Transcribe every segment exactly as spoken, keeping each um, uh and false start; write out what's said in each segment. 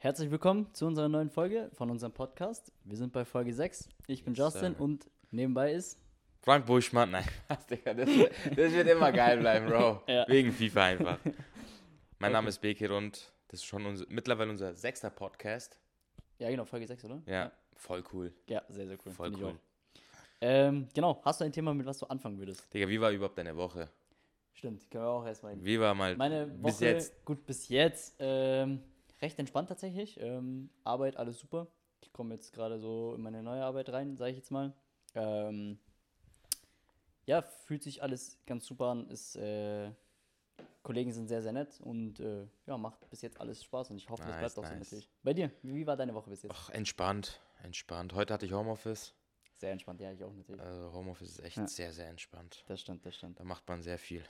Herzlich willkommen zu unserer neuen Folge von unserem Podcast. Wir sind bei Folge sechs. Ich bin Yes, Justin sir. und nebenbei ist... Frank Buschmann, nein, Digga, das, das wird immer geil bleiben, Bro. Ja. Wegen FIFA einfach. Mein Okay. Name ist Bekir und das ist schon unser, mittlerweile unser sechster Podcast. Ja, genau, Folge sechs, oder? Ja, voll cool. Ja, sehr, sehr cool. Voll Finde ich cool. auch. Ähm, genau, hast du ein Thema, mit was du anfangen würdest? Digga, wie war überhaupt deine Woche? Stimmt, können wir auch erstmal hin. Wie war mal Meine Woche, bis jetzt? gut, bis jetzt, ähm, recht entspannt tatsächlich. Ähm, Arbeit, alles super. Ich komme jetzt gerade so in meine neue Arbeit rein, sage ich jetzt mal. Ähm, ja, fühlt sich alles ganz super an. Ist, äh, Kollegen sind sehr, sehr nett und äh, ja, macht bis jetzt alles Spaß und ich hoffe, das Nice, bleibt auch so nice. natürlich. Bei dir, wie war deine Woche bis jetzt? Ach, entspannt, entspannt. Heute hatte ich Homeoffice. Sehr entspannt, ja, ich auch natürlich. Also Homeoffice ist echt Ja. sehr, sehr entspannt. Das stimmt, das stimmt. Da macht man sehr viel.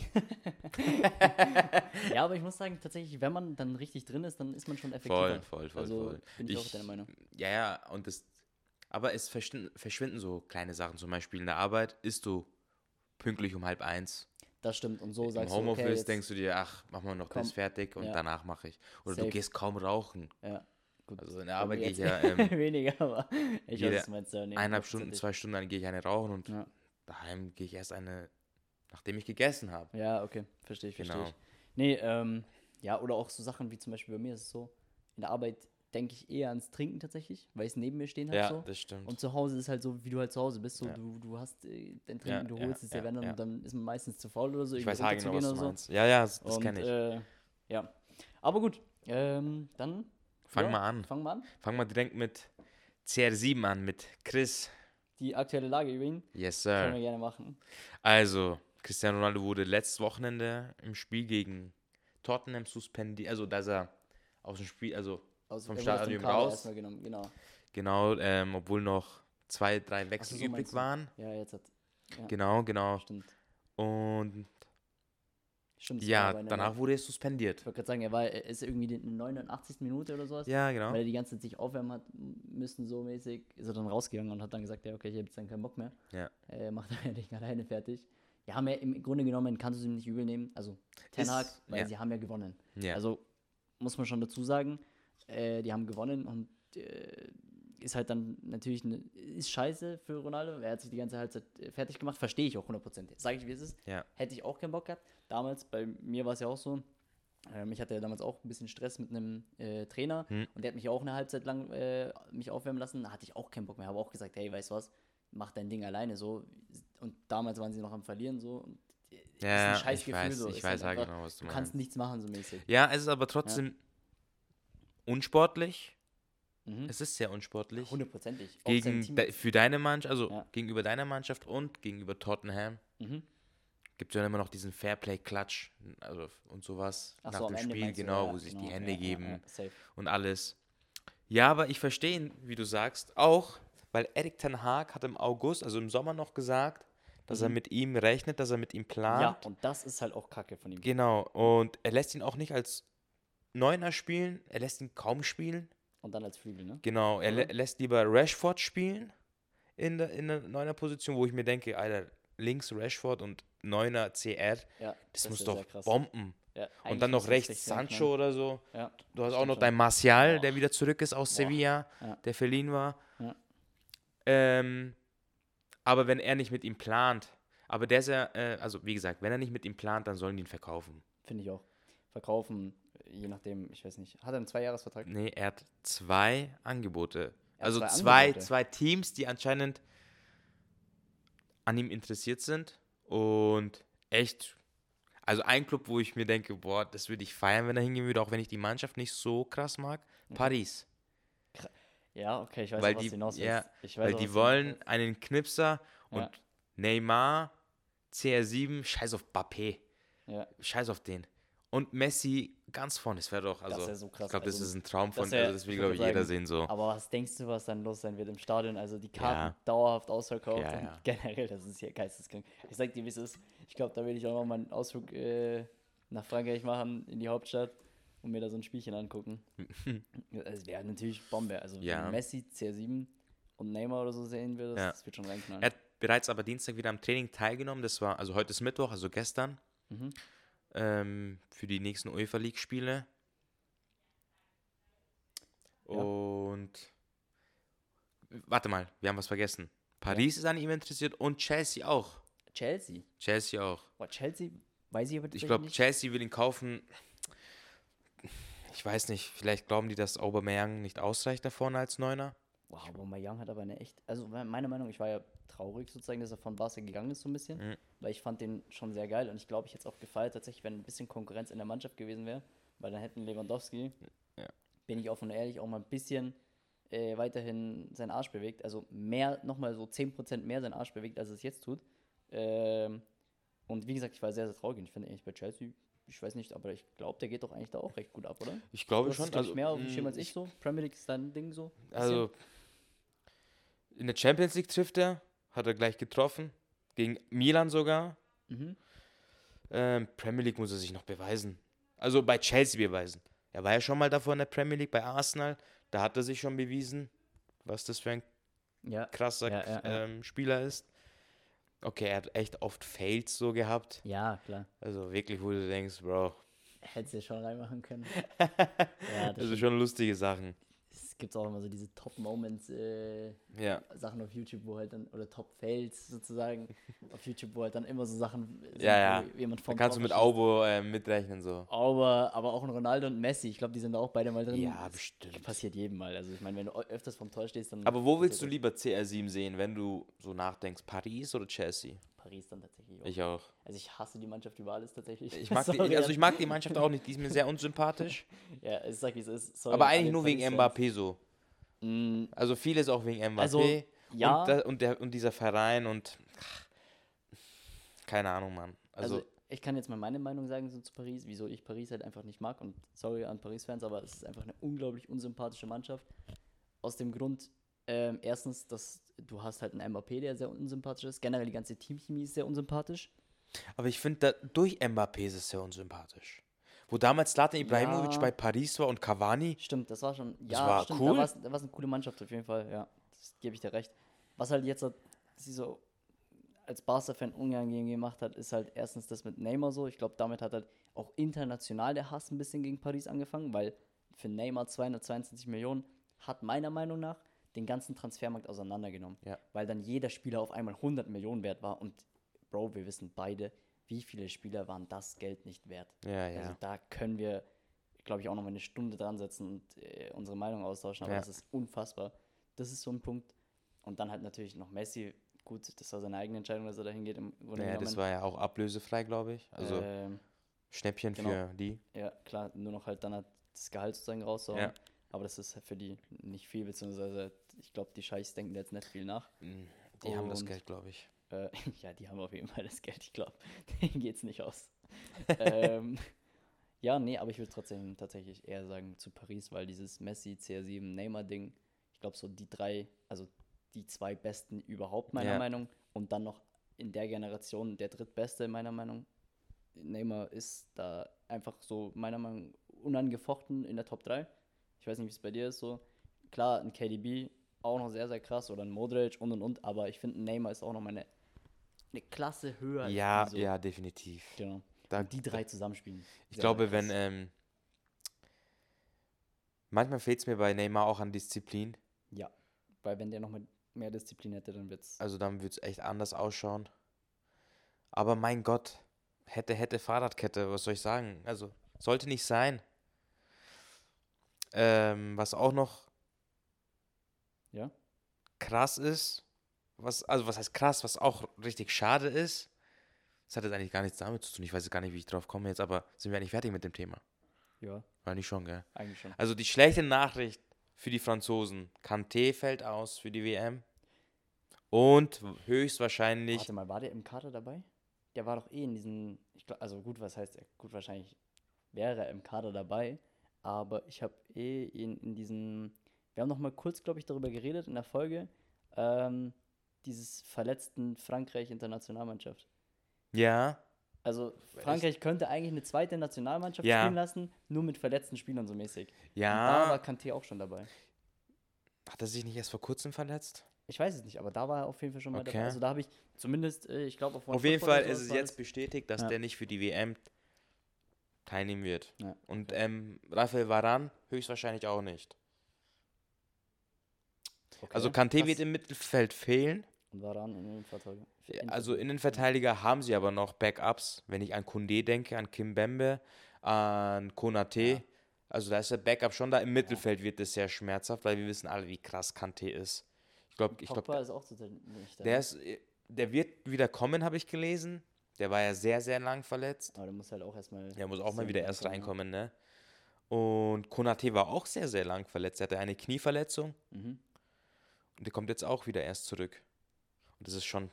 Ja, aber ich muss sagen, tatsächlich, wenn man dann richtig drin ist, dann ist man schon effektiver. Voll, voll, voll, also, voll. bin ich, auch deiner Meinung. Ja, ja, und das, aber es verschwinden, verschwinden so kleine Sachen. Zum Beispiel in der Arbeit isst du pünktlich um halb eins. Das stimmt. Und so Im sagst Homeoffice du, okay, jetzt, denkst du dir, ach, mach mal noch komm. das fertig und Ja. danach mache ich. Oder Safe. du gehst kaum rauchen. Ja, gut. Also in der Bei Arbeit mir gehe ich jetzt ja ähm, weniger, aber ich jede weiß, was du meinst. Ja, nee, eineinhalb Stunden, hundertprozentig. zwei Stunden, dann gehe ich eine rauchen und Ja. daheim gehe ich erst eine, nachdem ich gegessen habe. Ja, okay, verstehe ich, verstehe Genau. ich. Nee, ähm, ja, oder auch so Sachen wie zum Beispiel bei mir ist es so, in der Arbeit denke ich eher ans Trinken tatsächlich, weil ich es neben mir stehen habe Ja, so. das stimmt. Und zu Hause ist halt so, wie du halt zu Hause bist, so Ja. du, du hast äh, dein Trinken, Ja, du ja, holst es dir, ja, wenn dann, ja. und dann ist man meistens zu faul oder so, Ich irgendwie weiß haargenau, was runterzugehen du oder meinst. Ja, ja, das, das und, kenne ich. Äh, ja, aber gut, ähm, dann Fang ja, mal an. Fangen wir an. Fang mal direkt mit C R sieben an, mit Chris. Die aktuelle Lage über ihn Yes, können wir sir. gerne machen. Also, Cristiano Ronaldo wurde letztes Wochenende im Spiel gegen Tottenham suspendiert, also dass er aus dem Spiel, also Also, Vom er wurde Stadion Kader raus. erstmal genommen, genau. genau, ähm, obwohl noch zwei, drei Ach Wechsel so, so übrig meinst du. waren. Ja, jetzt hat, ja, Genau, genau. stimmt. Und Stimmt, es war ja, aber in der danach wurde er suspendiert. Ich wollte gerade sagen, er war, er ist irgendwie in der neunundachtzigsten Minute oder sowas. Ja, genau. Weil er die ganze Zeit sich aufwärmen hat müssen, so mäßig, ist er dann rausgegangen und hat dann gesagt, ja, okay, ich habe jetzt dann keinen Bock mehr. Ja. Äh, macht er nicht alleine fertig. Ja, haben ja im Grunde genommen, kannst du es ihm nicht übel nehmen. Also, Ten Ist- Hag, weil ja. sie haben ja gewonnen. Ja. Also, muss man schon dazu sagen, äh, die haben gewonnen und äh, ist halt dann natürlich, ne, ist scheiße für Ronaldo. Er hat sich die ganze Halbzeit äh, fertig gemacht, verstehe ich auch hundert Prozent. Sage ich, wie es ist. Ja. Hätte ich auch keinen Bock gehabt. Damals, bei mir war es ja auch so, ähm, ich hatte ja damals auch ein bisschen Stress mit einem äh, Trainer Hm. und der hat mich auch eine Halbzeit lang äh, mich aufwärmen lassen. Da hatte ich auch keinen Bock mehr. Habe auch gesagt, hey, weißt du was, mach dein Ding alleine so. Und damals waren sie noch am Verlieren so. Und, äh, ist Ja, ein scheiß ich Gefühl weiß, so. ich Ist weiß halt halt einfach, genau, was du Du kannst meinst. nichts machen so mäßig. Ja, es ist aber trotzdem unsportlich. Mhm. Es ist sehr unsportlich. Hundertprozentig. Auch sein Gegen Team- de, für deine Mannschaft, also Ja. gegenüber deiner Mannschaft und gegenüber Tottenham Mhm. gibt es ja immer noch diesen Fairplay-Klatsch also, und sowas Ach nach so, am dem Ende Spiel, meinst du, genau, ja, wo sich genau, die Hände ja, ja, geben ja, safe. und alles. Ja, aber ich verstehe ihn, wie du sagst, auch, weil Erik ten Hag hat im August, also im Sommer noch gesagt, dass er Mhm. mit ihm rechnet, dass er mit ihm plant. Ja, und das ist halt auch Kacke von ihm. Genau, und er lässt ihn auch nicht als Neuner spielen, er lässt ihn kaum spielen. Und dann als Flügel, ne? Genau, er lä Oder? lässt lieber Rashford spielen in der, in der Neuner-Position, wo ich mir denke, Alter, links Rashford und Neuner C R, Ja, das, das muss ist doch sehr krass. bomben. Ja, Und eigentlich dann noch müsste es rechts richtig sein, Sancho oder so. Ja, Du hast das auch stimmt noch schon. dein Martial, Boah. der wieder zurück ist aus Boah. Sevilla, Ja. der verliehen war. Ja. Ähm, aber wenn er nicht mit ihm plant, aber der ist ja, äh, also wie gesagt, wenn er nicht mit ihm plant, dann sollen die ihn verkaufen. Finde ich auch. Verkaufen, je nachdem, ich weiß nicht. Hat er einen Zweijahresvertrag? Nee, er hat zwei Angebote. Er hat also zwei zwei, Angebote. zwei Teams, die anscheinend an ihm interessiert sind und echt, also ein Club, wo ich mir denke, boah, das würde ich feiern, wenn er hingehen würde, auch wenn ich die Mannschaft nicht so krass mag, Paris. Ja, okay, ich weiß Weil auch, was die, du hinaus willst. ja, Ich weiß weil auch, die was du hinaus wollen willst. einen Knipser und Ja. Neymar, C R sieben, scheiß auf Mbappé, Ja, scheiß auf den. Und Messi ganz vorne, das wäre doch, also, das wäre so krass. ich glaube, das Also, ist ein Traum von, das wär- also das will, ich glaube ich, würd jeder sagen, sehen so. Aber was denkst du, was dann los sein wird im Stadion? Also die Karten Ja. dauerhaft ausverkauft Ja, und ja. generell, das ist ja geisteskrank. Ich sag dir, wie es ist. Ich glaube, da will ich auch noch mal einen Ausflug äh, nach Frankreich machen, in die Hauptstadt und mir da so ein Spielchen angucken. Es wäre natürlich Bombe. Also Ja. wenn Messi, C R sieben und Neymar oder so sehen würdest, Ja. das wird schon reinknallen. Er hat bereits aber Dienstag wieder am Training teilgenommen, das war, also heute ist Mittwoch, also gestern, Mhm. ähm, für die nächsten UEFA League Spiele. Ja. Und warte mal, wir haben was vergessen. Paris ist an ihm interessiert und Chelsea auch. Chelsea. Chelsea auch. Boah, Chelsea, weiß ich aber Ich tatsächlich glaube, nicht. Chelsea will ihn kaufen. Ich weiß nicht, vielleicht glauben die, dass Aubameyang nicht ausreicht da vorne als Neuner. Wow, Aubameyang hat aber eine echt, also meine Meinung, ich war ja traurig sozusagen, dass er von Barca gegangen ist so ein bisschen, Mhm. weil ich fand den schon sehr geil und ich glaube, ich hätte es auch gefeiert, tatsächlich, wenn ein bisschen Konkurrenz in der Mannschaft gewesen wäre, weil dann hätten Lewandowski, Ja. bin ich offen und ehrlich, auch mal ein bisschen äh, weiterhin seinen Arsch bewegt, also mehr, nochmal so zehn Prozent mehr seinen Arsch bewegt, als es jetzt tut. Ähm, und wie gesagt, ich war sehr, sehr traurig und ich finde eigentlich bei Chelsea, ich weiß nicht, aber ich glaube, der geht doch eigentlich da auch recht gut ab, oder? Ich Du glaube hast es, schon. glaub ich, Also, mehr auf dem mh, Schirm als ich ich- so. Premier League ist dein Ding so. bisschen. Also, in der Champions League trifft er, hat er gleich getroffen. Gegen Milan sogar. Mhm. Ähm, Premier League muss er sich noch beweisen. Also bei Chelsea beweisen. Er war ja schon mal davor in der Premier League bei Arsenal. Da hat er sich schon bewiesen, was das für ein Ja. krasser Ja, ja, ja. Ähm, Spieler ist. Okay, er hat echt oft Fails so gehabt. Ja, klar. Also wirklich, wo du denkst, Bro, Hättest du ja schon reinmachen können. Ja, das also stimmt. schon lustige Sachen. Es gibt auch immer so diese Top-Moments, äh, Ja. Sachen auf YouTube, wo halt dann, oder Top-Fails sozusagen, auf YouTube, wo halt dann immer so Sachen sind, Ja, ja. wo jemand Da vom kannst du Tor mit verschießt. Aubo äh, mitrechnen so. Aber, aber auch ein Ronaldo und Messi, ich glaube, die sind da auch beide mal drin. Ja, Das bestimmt. passiert jedem mal. Also ich meine, wenn du ö- öfters vom Tor stehst, dann... Aber wo willst du passiert lieber C R sieben sehen, wenn du so nachdenkst? Paris oder Chelsea? das. Paris dann tatsächlich auch. Ich auch. Also ich hasse die Mannschaft über alles tatsächlich. Ich mag, die, Sorry also an- ich mag die Mannschaft auch nicht, die ist mir sehr unsympathisch. Ja, ich sag wie es ist. Sorry Aber an eigentlich alle nur wegen Paris-Fans. Mbappé so. Mm, Also vieles auch wegen Mbappé. Also, ja. Und, da, und, der, und dieser Verein und ach, keine Ahnung, Mann. Also, Also, ich kann jetzt mal meine Meinung sagen so zu Paris, wieso ich Paris halt einfach nicht mag. Und sorry an Paris-Fans, aber es ist einfach eine unglaublich unsympathische Mannschaft. Aus dem Grund, ähm, erstens, dass du hast halt einen Mbappé, der sehr unsympathisch ist. Generell die ganze Teamchemie ist sehr unsympathisch. aber ich finde, durch Mbappé ist es sehr unsympathisch. Wo damals Zlatan Ibrahimovic Ja. bei Paris war und Cavani. Stimmt, das war schon. Das Ja, war stimmt, cool. da war's- da war es eine coole Mannschaft auf jeden Fall, ja. Das gebe ich dir recht. Was halt jetzt halt, sie so als Barca-Fan unangenehm gemacht hat, ist halt erstens das mit Neymar so. Ich glaube, damit hat halt auch international der Hass ein bisschen gegen Paris angefangen, weil für Neymar zweihundertzweiundzwanzig Millionen hat meiner Meinung nach den ganzen Transfermarkt auseinandergenommen. Ja. Weil dann jeder Spieler auf einmal hundert Millionen wert war und Bro, wir wissen beide, wie viele Spieler waren das Geld nicht wert. Ja, ja. Also da können wir, glaube ich, auch noch mal eine Stunde dran setzen und äh, unsere Meinung austauschen, aber Ja. das ist unfassbar. Das ist so ein Punkt. Und dann halt natürlich noch Messi. Gut, das war seine eigene Entscheidung, dass er dahin geht. Im Grunde ja, das genommen. war ja auch ablösefrei, glaube ich. Also ähm, Schnäppchen genau. für die. ja, klar, nur noch halt dann halt das Gehalt sozusagen rauszuhauen. Ja. Aber das ist halt für die nicht viel, beziehungsweise ich glaube, die Scheichs denken da jetzt nicht viel nach. Mm, Die haben das Und- Geld, glaube ich. Äh, ja, die haben auf jeden Fall das Geld, ich glaube. Denen geht's nicht aus. ähm, ja, nee, aber ich würde trotzdem tatsächlich eher sagen zu Paris, weil dieses Messi, C R sieben, Neymar-Ding, ich glaube so die drei, also die zwei besten überhaupt meiner Ja. Meinung und dann noch in der Generation der drittbeste meiner Meinung. Neymar ist da einfach so meiner Meinung nach unangefochten in der Top drei. Ich weiß nicht, wie es bei dir ist so. Klar, ein K D B auch noch sehr, sehr krass oder ein Modric und und und, aber ich finde Neymar ist auch noch mal eine, eine Klasse höher als Ja, die so. ja, definitiv. Genau. Da, Und die drei zusammenspielen. ich Sehr, glaube, sehr wenn, krass. ähm, manchmal fehlt es mir bei Neymar auch an Disziplin. Ja, weil wenn der noch mal mehr Disziplin hätte, dann wird's. Also dann würde es echt anders ausschauen. Aber mein Gott, hätte, hätte Fahrradkette, was soll ich sagen? Also, sollte nicht sein. Ähm, was auch noch Ja? krass ist, was, also was heißt krass, was auch richtig schade ist, das hat jetzt eigentlich gar nichts damit zu tun. Ich weiß gar nicht, wie ich drauf komme jetzt, aber sind wir eigentlich fertig mit dem Thema? Ja, War nicht schon, gell? eigentlich schon. Also die schlechte Nachricht für die Franzosen, Kanté fällt aus für die W M und höchstwahrscheinlich, Warte mal, war der im Kader dabei? Der war doch eh in diesen, ich glaub, also gut, was heißt, er? Gut, wahrscheinlich wäre er im Kader dabei, aber ich habe eh in, in diesen, wir haben noch mal kurz, glaube ich, darüber geredet in der Folge, ähm, dieses verletzten Frankreich-Internationalmannschaft. ja, Also Frankreich könnte eigentlich eine zweite Nationalmannschaft Ja. spielen lassen, nur mit verletzten Spielern so mäßig. Und da ja, war Kanté auch schon dabei. hat er sich nicht erst vor kurzem verletzt? Ich weiß es nicht, aber da war er auf jeden Fall schon mal Okay. dabei. Also da habe ich zumindest, äh, ich glaube, auf Auf jeden Fall ist ist es jetzt bestätigt, dass Ja. der nicht für die W M teilnehmen wird. Ja, Und ähm, Raphael Varane höchstwahrscheinlich auch nicht. Okay, Also Kanté krass. wird im Mittelfeld fehlen. Und Varane in den Verteidiger. Also Innenverteidiger haben sie aber noch Backups. Wenn ich an Koundé denke, an Kimpembe, an Konaté. Ja. Also da ist der Backup schon da. Im Mittelfeld wird es sehr schmerzhaft, weil wir wissen alle, wie krass Kanté ist. Ich glaube, ich Pogba glaube, ist auch zurzeit nicht da. der ist, der wird wieder kommen, habe ich gelesen. Der war ja sehr, sehr lang verletzt. Aber der muss halt auch erstmal. Der muss auch mal bisschen wieder erst reinkommen, reinkommen, ne? Und Konaté war auch sehr, sehr lang verletzt. Er hatte eine Knieverletzung ja. Mhm. und der kommt jetzt auch wieder erst zurück. Und das ist schon.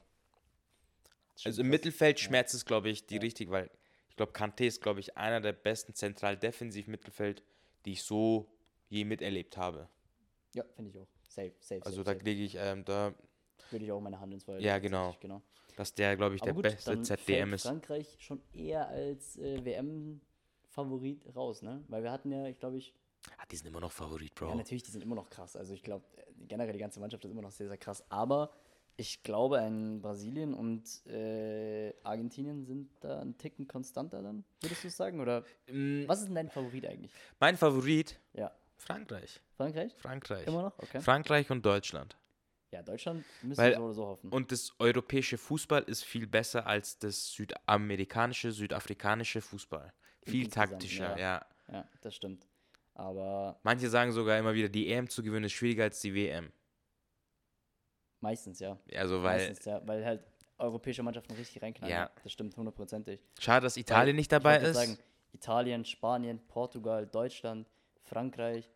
Ist schon Also im krass. Mittelfeld Ja. schmerzt es, glaube ich, die Ja. richtig, weil ich glaube, Kanté ist, glaube ich, einer der besten Zentral-Defensiv-Mittelfeld, die ich so je miterlebt habe. Ja, finde ich auch. Safe, safe, Also safe, da safe. lege ich, ähm, da, Würde ich auch meine Hand ins Feuer Ja, legen, genau. tatsächlich, genau. dass der, glaube ich, Aber der gut, beste dann Z D M fällt ist. Frankreich schon eher als äh, W M-Favorit raus, ne? Weil wir hatten ja, ich glaube ich, Ah, die sind immer noch Favorit, Bro. ja, natürlich, die sind immer noch krass. Also ich glaube, generell die ganze Mannschaft ist immer noch sehr, sehr krass. Aber ich glaube, ein Brasilien und äh, Argentinien sind da ein Ticken konstanter dann, würdest du sagen? Oder Mm, was ist denn dein Favorit eigentlich? Mein Favorit, Ja, Frankreich. Frankreich? Frankreich. Immer noch? Okay. Frankreich und Deutschland. Ja, Deutschland müssen Weil- wir so oder so hoffen. Und das europäische Fußball ist viel besser als das südamerikanische, südafrikanische Fußball. Viel Insgesamt, taktischer, ja. ja. Ja, das stimmt. Aber Manche sagen sogar immer wieder, die E M zu gewinnen ist schwieriger als die W M. meistens, ja. Also, weil, Meistens, ja. Weil halt europäische Mannschaften richtig reinknallen. Ja. Ja. Das stimmt hundertprozentig. schade, dass Weil Italien nicht dabei ich wollte ist. gerade sagen, Italien, Spanien, Portugal, Deutschland, Frankreich,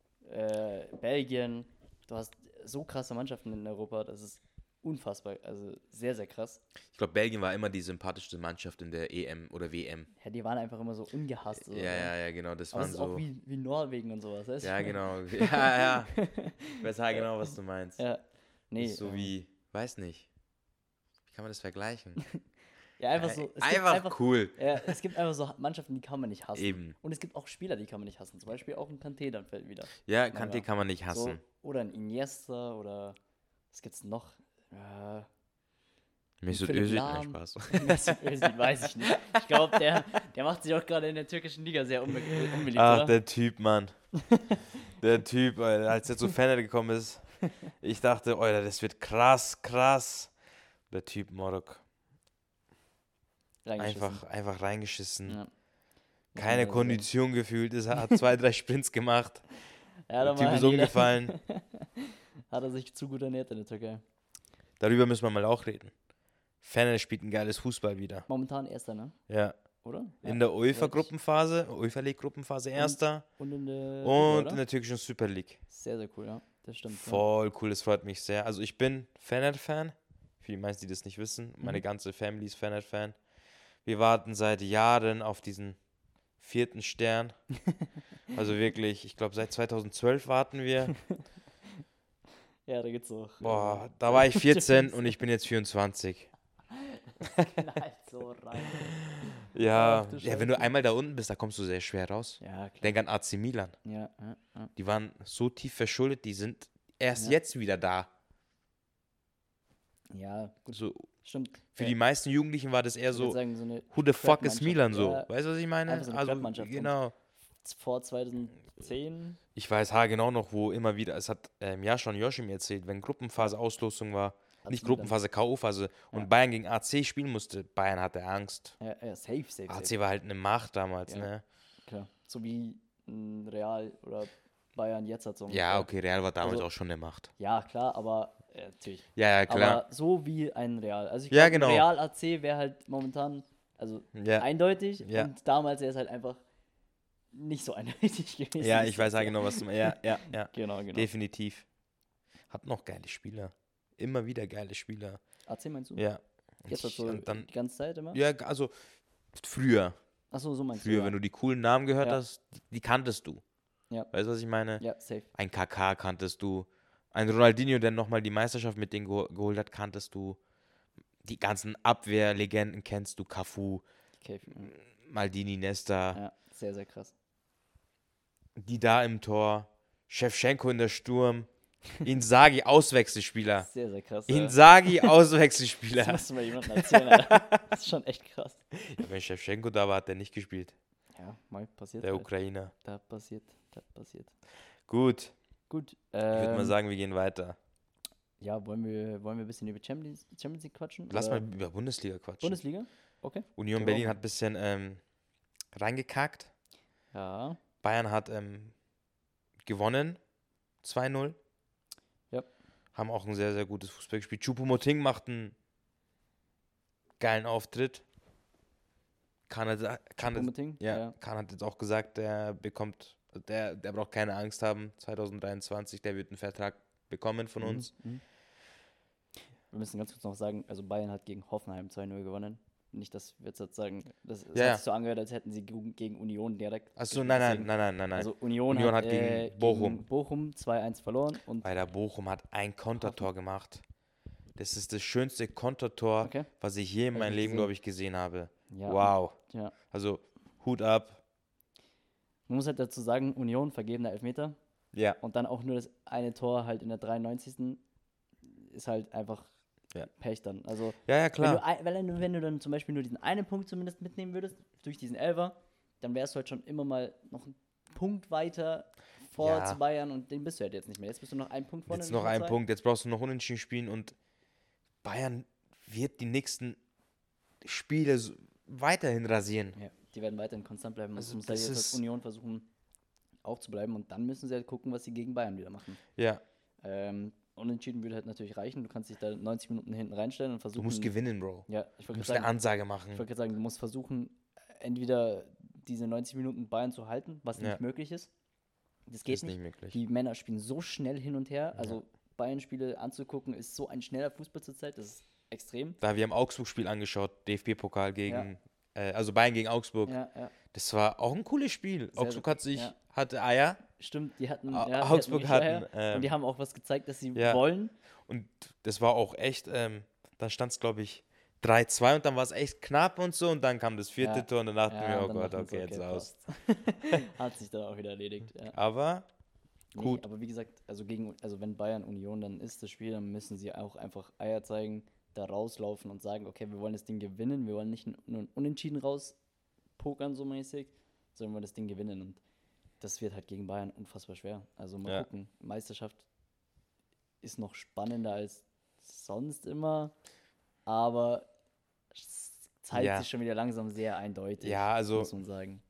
äh, Belgien. Du hast so krasse Mannschaften in Europa, das ist unfassbar. Also sehr, sehr krass. Ich glaube, Belgien war immer die sympathischste Mannschaft in der E M oder W M. Ja, die waren einfach immer so ungehasst. So, Ja, ja, ja, genau, das Aber waren es ist auch so. wie, wie Norwegen und sowas, weißt du? Ja, genau. Ja, ja. Ich weiß ja genau, was du meinst. Ja, nee. ist so ähm, wie, weiß nicht. Wie kann man das vergleichen? Ja, einfach so. Es gibt einfach, einfach cool. Ja, es gibt einfach so Mannschaften, die kann man nicht hassen. Eben. Und es gibt auch Spieler, die kann man nicht hassen. Zum Beispiel auch ein Kanté dann fällt wieder. Ja, Naja. Kanté kann man nicht So, hassen. oder ein Iniesta oder was gibt's noch? Äh, Mesut Philipp Özil, nein, Lahm. Spaß. Mesut Özil, weiß ich nicht. Ich glaube, der, der macht sich auch gerade in der türkischen Liga sehr unbe unbeliebt, Ach, oder? der Typ, Mann. Der Typ, Alter, als er zu Fener gekommen ist, ich dachte, Alter, das wird krass, krass. Der Typ Morok. Reingeschissen. Einfach, einfach reingeschissen. Ja. Muss man Keine also sagen. Kondition gefühlt. Er hat zwei, drei Sprints gemacht. Ja, Der da Typ war ist jeder- umgefallen. Hat er sich zu gut ernährt in der Türkei. Darüber müssen wir mal auch reden. Fener spielt ein geiles Fußball wieder. Momentan erster, ne? Ja. Oder? In Ja, der soweit ich- UEFA-Gruppenphase, UEFA League-Gruppenphase erster Und in der Liga, und oder? in der türkischen Super League. Sehr, sehr cool, ja. Das stimmt. ja. Voll cool, das freut mich sehr. Also ich bin Fener-Fan. Für die meisten, die das nicht wissen. Meine Mhm. ganze Family ist Fener-Fan. Wir warten seit Jahren auf diesen vierten Stern. Also wirklich, ich glaube seit zweitausendzwölf warten wir. Ja, da geht's auch. Boah, äh, da war ich vierzehn und ich bin jetzt vierundzwanzig. knallt so rein. Ja, Ach du ja, wenn du Scheiße. einmal da unten bist, da kommst du sehr schwer raus. Ja, klar. Denk an A C Milan. Ja, ja, ja. Die waren so tief verschuldet, die sind erst Ja. jetzt wieder da. Ja, gut, So, stimmt. für ja. die meisten Jugendlichen war das eher Ich würd so, sagen, so eine who the fuck is Clubmannschaft, Milan so? ja. Weißt du, was ich meine? Einfach so eine Also, Clubmannschaft und- genau. vor zweitausendzehn. Ich weiß haargenau noch, wo immer wieder, es hat ähm, ja schon Yoshi mir erzählt, wenn Gruppenphase Auslosung war, Hat nicht Milan- Gruppenphase, K O-Phase und Ja. Bayern gegen A C spielen musste, Bayern hatte Angst. Ja, ja, safe, safe, A safe. C war halt eine Macht damals, Ja. ne? Klar. So wie ein Real oder Bayern jetzt hat so. Ja, ungefähr. okay, Real war damals Also- auch schon eine Macht. Ja, klar, aber äh, natürlich. Ja, ja, klar. Aber so wie ein Real. Also ich Ja, glaube, genau. Real A C wäre halt momentan, also Ja, eindeutig. Ja. Und damals wäre es halt einfach nicht so eindeutig gewesen. ja, ich weiß ja genau, was du meinst. Ja, ja, ja. Genau, genau. Definitiv. Hat noch geile Spieler. Immer wieder geile Spieler. A C meinst du? Ja. Und Jetzt ich- so und dann, die ganze Zeit immer? ja, also früher. Achso, so meinst Früher, du. wenn du die coolen Namen gehört Ja. hast, die, die kanntest du. Ja. Weißt du, was ich meine? Ja, safe. Ein K K kanntest du. Ein Ronaldinho, der nochmal die Meisterschaft mit denen geho- geholt hat, kanntest du. Die ganzen Abwehrlegenden kennst du. Cafu, Okay. Maldini, Nesta. Ja, sehr, sehr krass. Die da im Tor. Shevchenko in der Sturm. Inzaghi, Auswechselspieler. Sehr, sehr krass. ja. Inzaghi, Das Auswechselspieler. musst du mal jemandem erzählen, Alter. Das ist schon echt krass. Ja, wenn Shevchenko da war, hat der nicht gespielt. Ja, mal passiert. Der halt. Ukrainer. Da passiert, das passiert. Gut. Gut. Ich würde mal Ähm, sagen, wir gehen weiter. ja, wollen wir, wollen wir ein bisschen über Champions, Champions League quatschen? Lass Oder mal über Bundesliga quatschen. Bundesliga? Okay. Union Können wir Berlin auch hat ein bisschen ähm, reingekackt. Ja. Bayern hat ähm, gewonnen. zwei null. Ja. Haben auch ein sehr, sehr gutes Fußball gespielt. Choupo-Moting macht einen geilen Auftritt. Kahn hat, Kahn, hat, Choupo-Moting? ja, Ja. Kahn hat jetzt auch gesagt, der bekommt, der, der braucht keine Angst haben. zwanzig dreiundzwanzig, der wird einen Vertrag bekommen von Mhm, uns. mhm. Wir müssen ganz kurz noch sagen, also Bayern hat gegen Hoffenheim zwei null gewonnen. Nicht, dass wir jetzt sagen, das, das Ja, ja. hat sich so angehört, als hätten sie gegen gegen Union direkt Achso, gespielt, nein, nein, deswegen- nein, nein, nein, nein. Also Union, Union hat, hat gegen äh, Bochum. gegen Bochum zwei eins verloren und Weil der Bochum hat ein Kontertor gemacht. Das ist das schönste Kontertor, okay. was ich je in Hab ich meinem nicht Leben, gesehen. glaube ich, gesehen habe. Ja, Wow. ja. Also, Hut ab. Man muss halt dazu sagen, Union vergebener Elfmeter Ja. und dann auch nur das eine Tor halt in der dreiundneunzigsten ist halt einfach Ja. Pech dann. Also Ja, ja, wenn klar. du, ein- wenn, du, wenn du dann zum Beispiel nur diesen einen Punkt zumindest mitnehmen würdest, durch diesen Elfer, dann wärst du halt schon immer mal noch einen Punkt weiter vor Ja. zu Bayern und den bist du halt jetzt nicht mehr. Jetzt bist du noch einen Punkt vorne. Jetzt in noch Nummer ein zwei. Punkt. Jetzt brauchst du noch unentschieden spielen und Bayern wird die nächsten Spiele so weiterhin rasieren. Ja, die werden weiterhin konstant bleiben. Also Also muss halt das jetzt als ist- Union versuchen, auch zu bleiben und dann müssen sie halt gucken, was sie gegen Bayern wieder machen. Ja, Ähm, unentschieden würde halt natürlich reichen. Du kannst dich da neunzig Minuten hinten reinstellen und du versuchen. musst gewinnen, Bro. Ja, ich Du wollte musst gerade eine sagen, Ansage ich machen. wollte gerade sagen, du musst versuchen, entweder diese neunzig Minuten Bayern zu halten, was Ja. nicht möglich ist. Das geht Ist nicht. nicht möglich. Die Männer spielen so schnell hin und her. Also Bayern-Spiele anzugucken, ist so ein schneller Fußball zurzeit. Das ist extrem. Da wir haben Augsburg-Spiel angeschaut, D F B-Pokal gegen, äh, also Bayern gegen Augsburg. Ja, ja. Das war auch ein cooles Spiel. Sehr, Augsburg hat sich, ja. hatte Eier Stimmt, die hatten. Au- Ja, die Augsburg richtig Eier. hatten, ähm, und die haben auch was gezeigt, dass sie ja. wollen. und das war auch echt, ähm, da stand es, glaube ich, drei zwei und dann war es echt knapp und so und dann kam das vierte Ja. Tor und dann dachten Ja, wir, oh dann Gott, dachten sie, okay, jetzt aus. passt. Hat sich dann auch wieder erledigt. Ja. Aber Nee, Gut. aber wie gesagt, also gegen, also wenn Bayern Union dann ist das Spiel, dann müssen sie auch einfach Eier zeigen, da rauslaufen und sagen, okay, wir wollen das Ding gewinnen, wir wollen nicht nur ein Unentschieden rauspokern so mäßig, sondern wir wollen das Ding gewinnen und das wird halt gegen Bayern unfassbar schwer. Also mal Ja. gucken, Meisterschaft ist noch spannender als sonst immer, aber es zeigt Ja. sich schon wieder langsam sehr eindeutig, Ja, also- muss man sagen.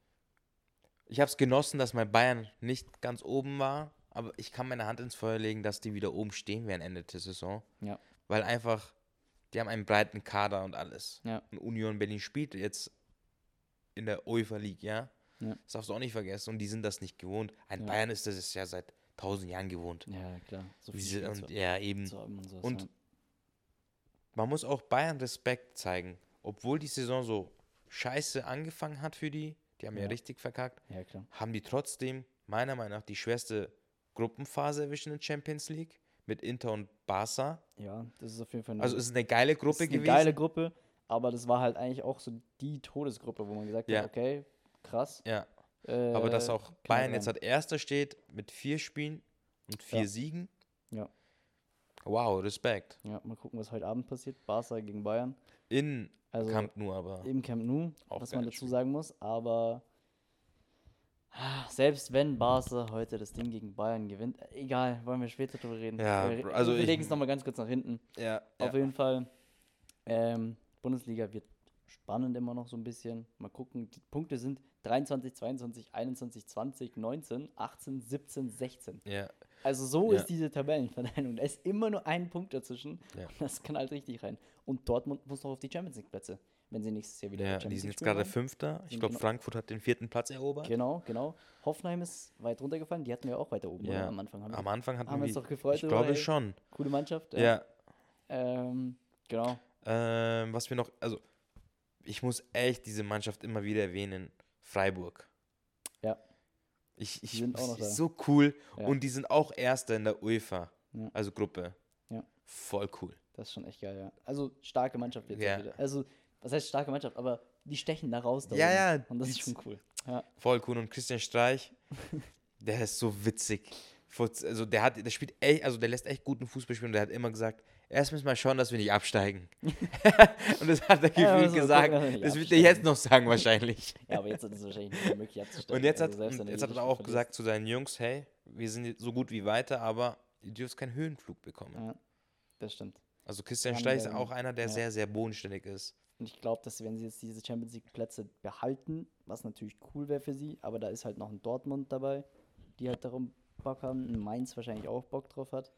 ich habe es genossen, dass mein Bayern nicht ganz oben war, aber ich kann meine Hand ins Feuer legen, dass die wieder oben stehen werden Ende der Saison. Ja. Weil einfach, die haben einen breiten Kader und alles. Ja. Und Union Berlin spielt jetzt in der UEFA League, ja? Ja. Das darfst du auch nicht vergessen und die sind das nicht gewohnt. Ein Ja. Bayern ist das ja seit tausend Jahren gewohnt. Ja, klar. So viel Diese, Spiel und zu- ja, eben. zu haben und sowas, Und ja. man muss auch Bayern Respekt zeigen. Obwohl die Saison so scheiße angefangen hat für die, die haben ja, Ja. richtig verkackt, Ja, klar. haben die trotzdem meiner Meinung nach die schwerste Gruppenphase erwischt in der Champions League mit Inter und Barca. Ja, das ist auf jeden Fall eine, Also es ist eine geile das Gruppe ist eine gewesen. geile Gruppe, aber das war halt eigentlich auch so die Todesgruppe, wo man gesagt Ja. hat, okay, krass. Ja, Äh, aber dass auch knapp Bayern rein. jetzt als Erster steht mit vier Spielen und vier Ja. Siegen. Ja. Wow, Respekt. Ja, mal gucken, was heute Abend passiert. Barca gegen Bayern. In Also Camp Nou aber. im Camp Nou, Auch was man geiles dazu Spiel. sagen muss, aber ah, selbst wenn Barca heute das Ding gegen Bayern gewinnt, äh, egal, wollen wir später drüber reden. Ja, wir, Bro, also wir ich- legen es nochmal ganz kurz nach hinten. Ja, Auf jeden Fall, ähm, Bundesliga wird spannend immer noch so ein bisschen. Mal gucken, die Punkte sind dreiundzwanzig, zweiundzwanzig, einundzwanzig, zwanzig, neunzehn, achtzehn, siebzehn, sechzehn. ja, Also so Ja. ist diese Tabellenverteilung. Da ist immer nur ein Punkt dazwischen. Ja. Und das kann halt richtig rein. Und Dortmund muss noch auf die Champions League Plätze, wenn sie nächstes Jahr wieder ja, Champions die League sind jetzt spielen gerade wollen. Fünfter. Ich Sind glaube, genau- Frankfurt hat den vierten Platz erobert. Genau, genau. Hoffenheim ist weit runtergefallen. Die hatten wir auch weiter oben, Ja. oder? Am Anfang haben wir. Am Anfang hatten haben wir wir, uns doch gefreut ich drüber, glaube ey. schon. Coole Mannschaft. Ja, Ähm, genau. ähm, was wir noch, also ich muss echt diese Mannschaft immer wieder erwähnen. Freiburg. Ja. Ich, ich, Die sind auch noch ist da. so cool. Ja. Und die sind auch Erster in der UEFA. Ja. Also Gruppe. Ja. Voll cool. Das ist schon echt geil, ja. Also starke Mannschaft jetzt Ja. auch wieder. Also, was heißt starke Mannschaft? Aber die stechen da raus. Da Ja, oben. ja, Und das die ist schon cool. Ja. Voll cool. Und Christian Streich, der ist so witzig. Vor- Also der hat, der spielt echt, also der lässt echt guten Fußball spielen und der hat immer gesagt, erst müssen wir schauen, dass wir nicht absteigen. Und das hat er Ja, gefühlt müssen wir gesagt. gucken, dass wir nicht Das wird er jetzt absteigen. noch sagen wahrscheinlich. Ja, aber jetzt ist es wahrscheinlich nicht mehr möglich abzusteigen. Und jetzt hat, Also selbst wenn und du jetzt hat jedes er Spiel auch verlierst. gesagt zu seinen Jungs, hey, wir sind jetzt so gut wie weiter, aber ihr dürft keinen Höhenflug bekommen. Ja, das stimmt. Also Christian Kann Streich ist werden. auch einer, der Ja. sehr, sehr bodenständig ist. Und ich glaube, dass wenn sie jetzt diese Champions League Plätze behalten, was natürlich cool wäre für sie, aber da ist halt noch ein Dortmund dabei, die halt darum Bock haben, ein Mainz wahrscheinlich auch Bock drauf hat.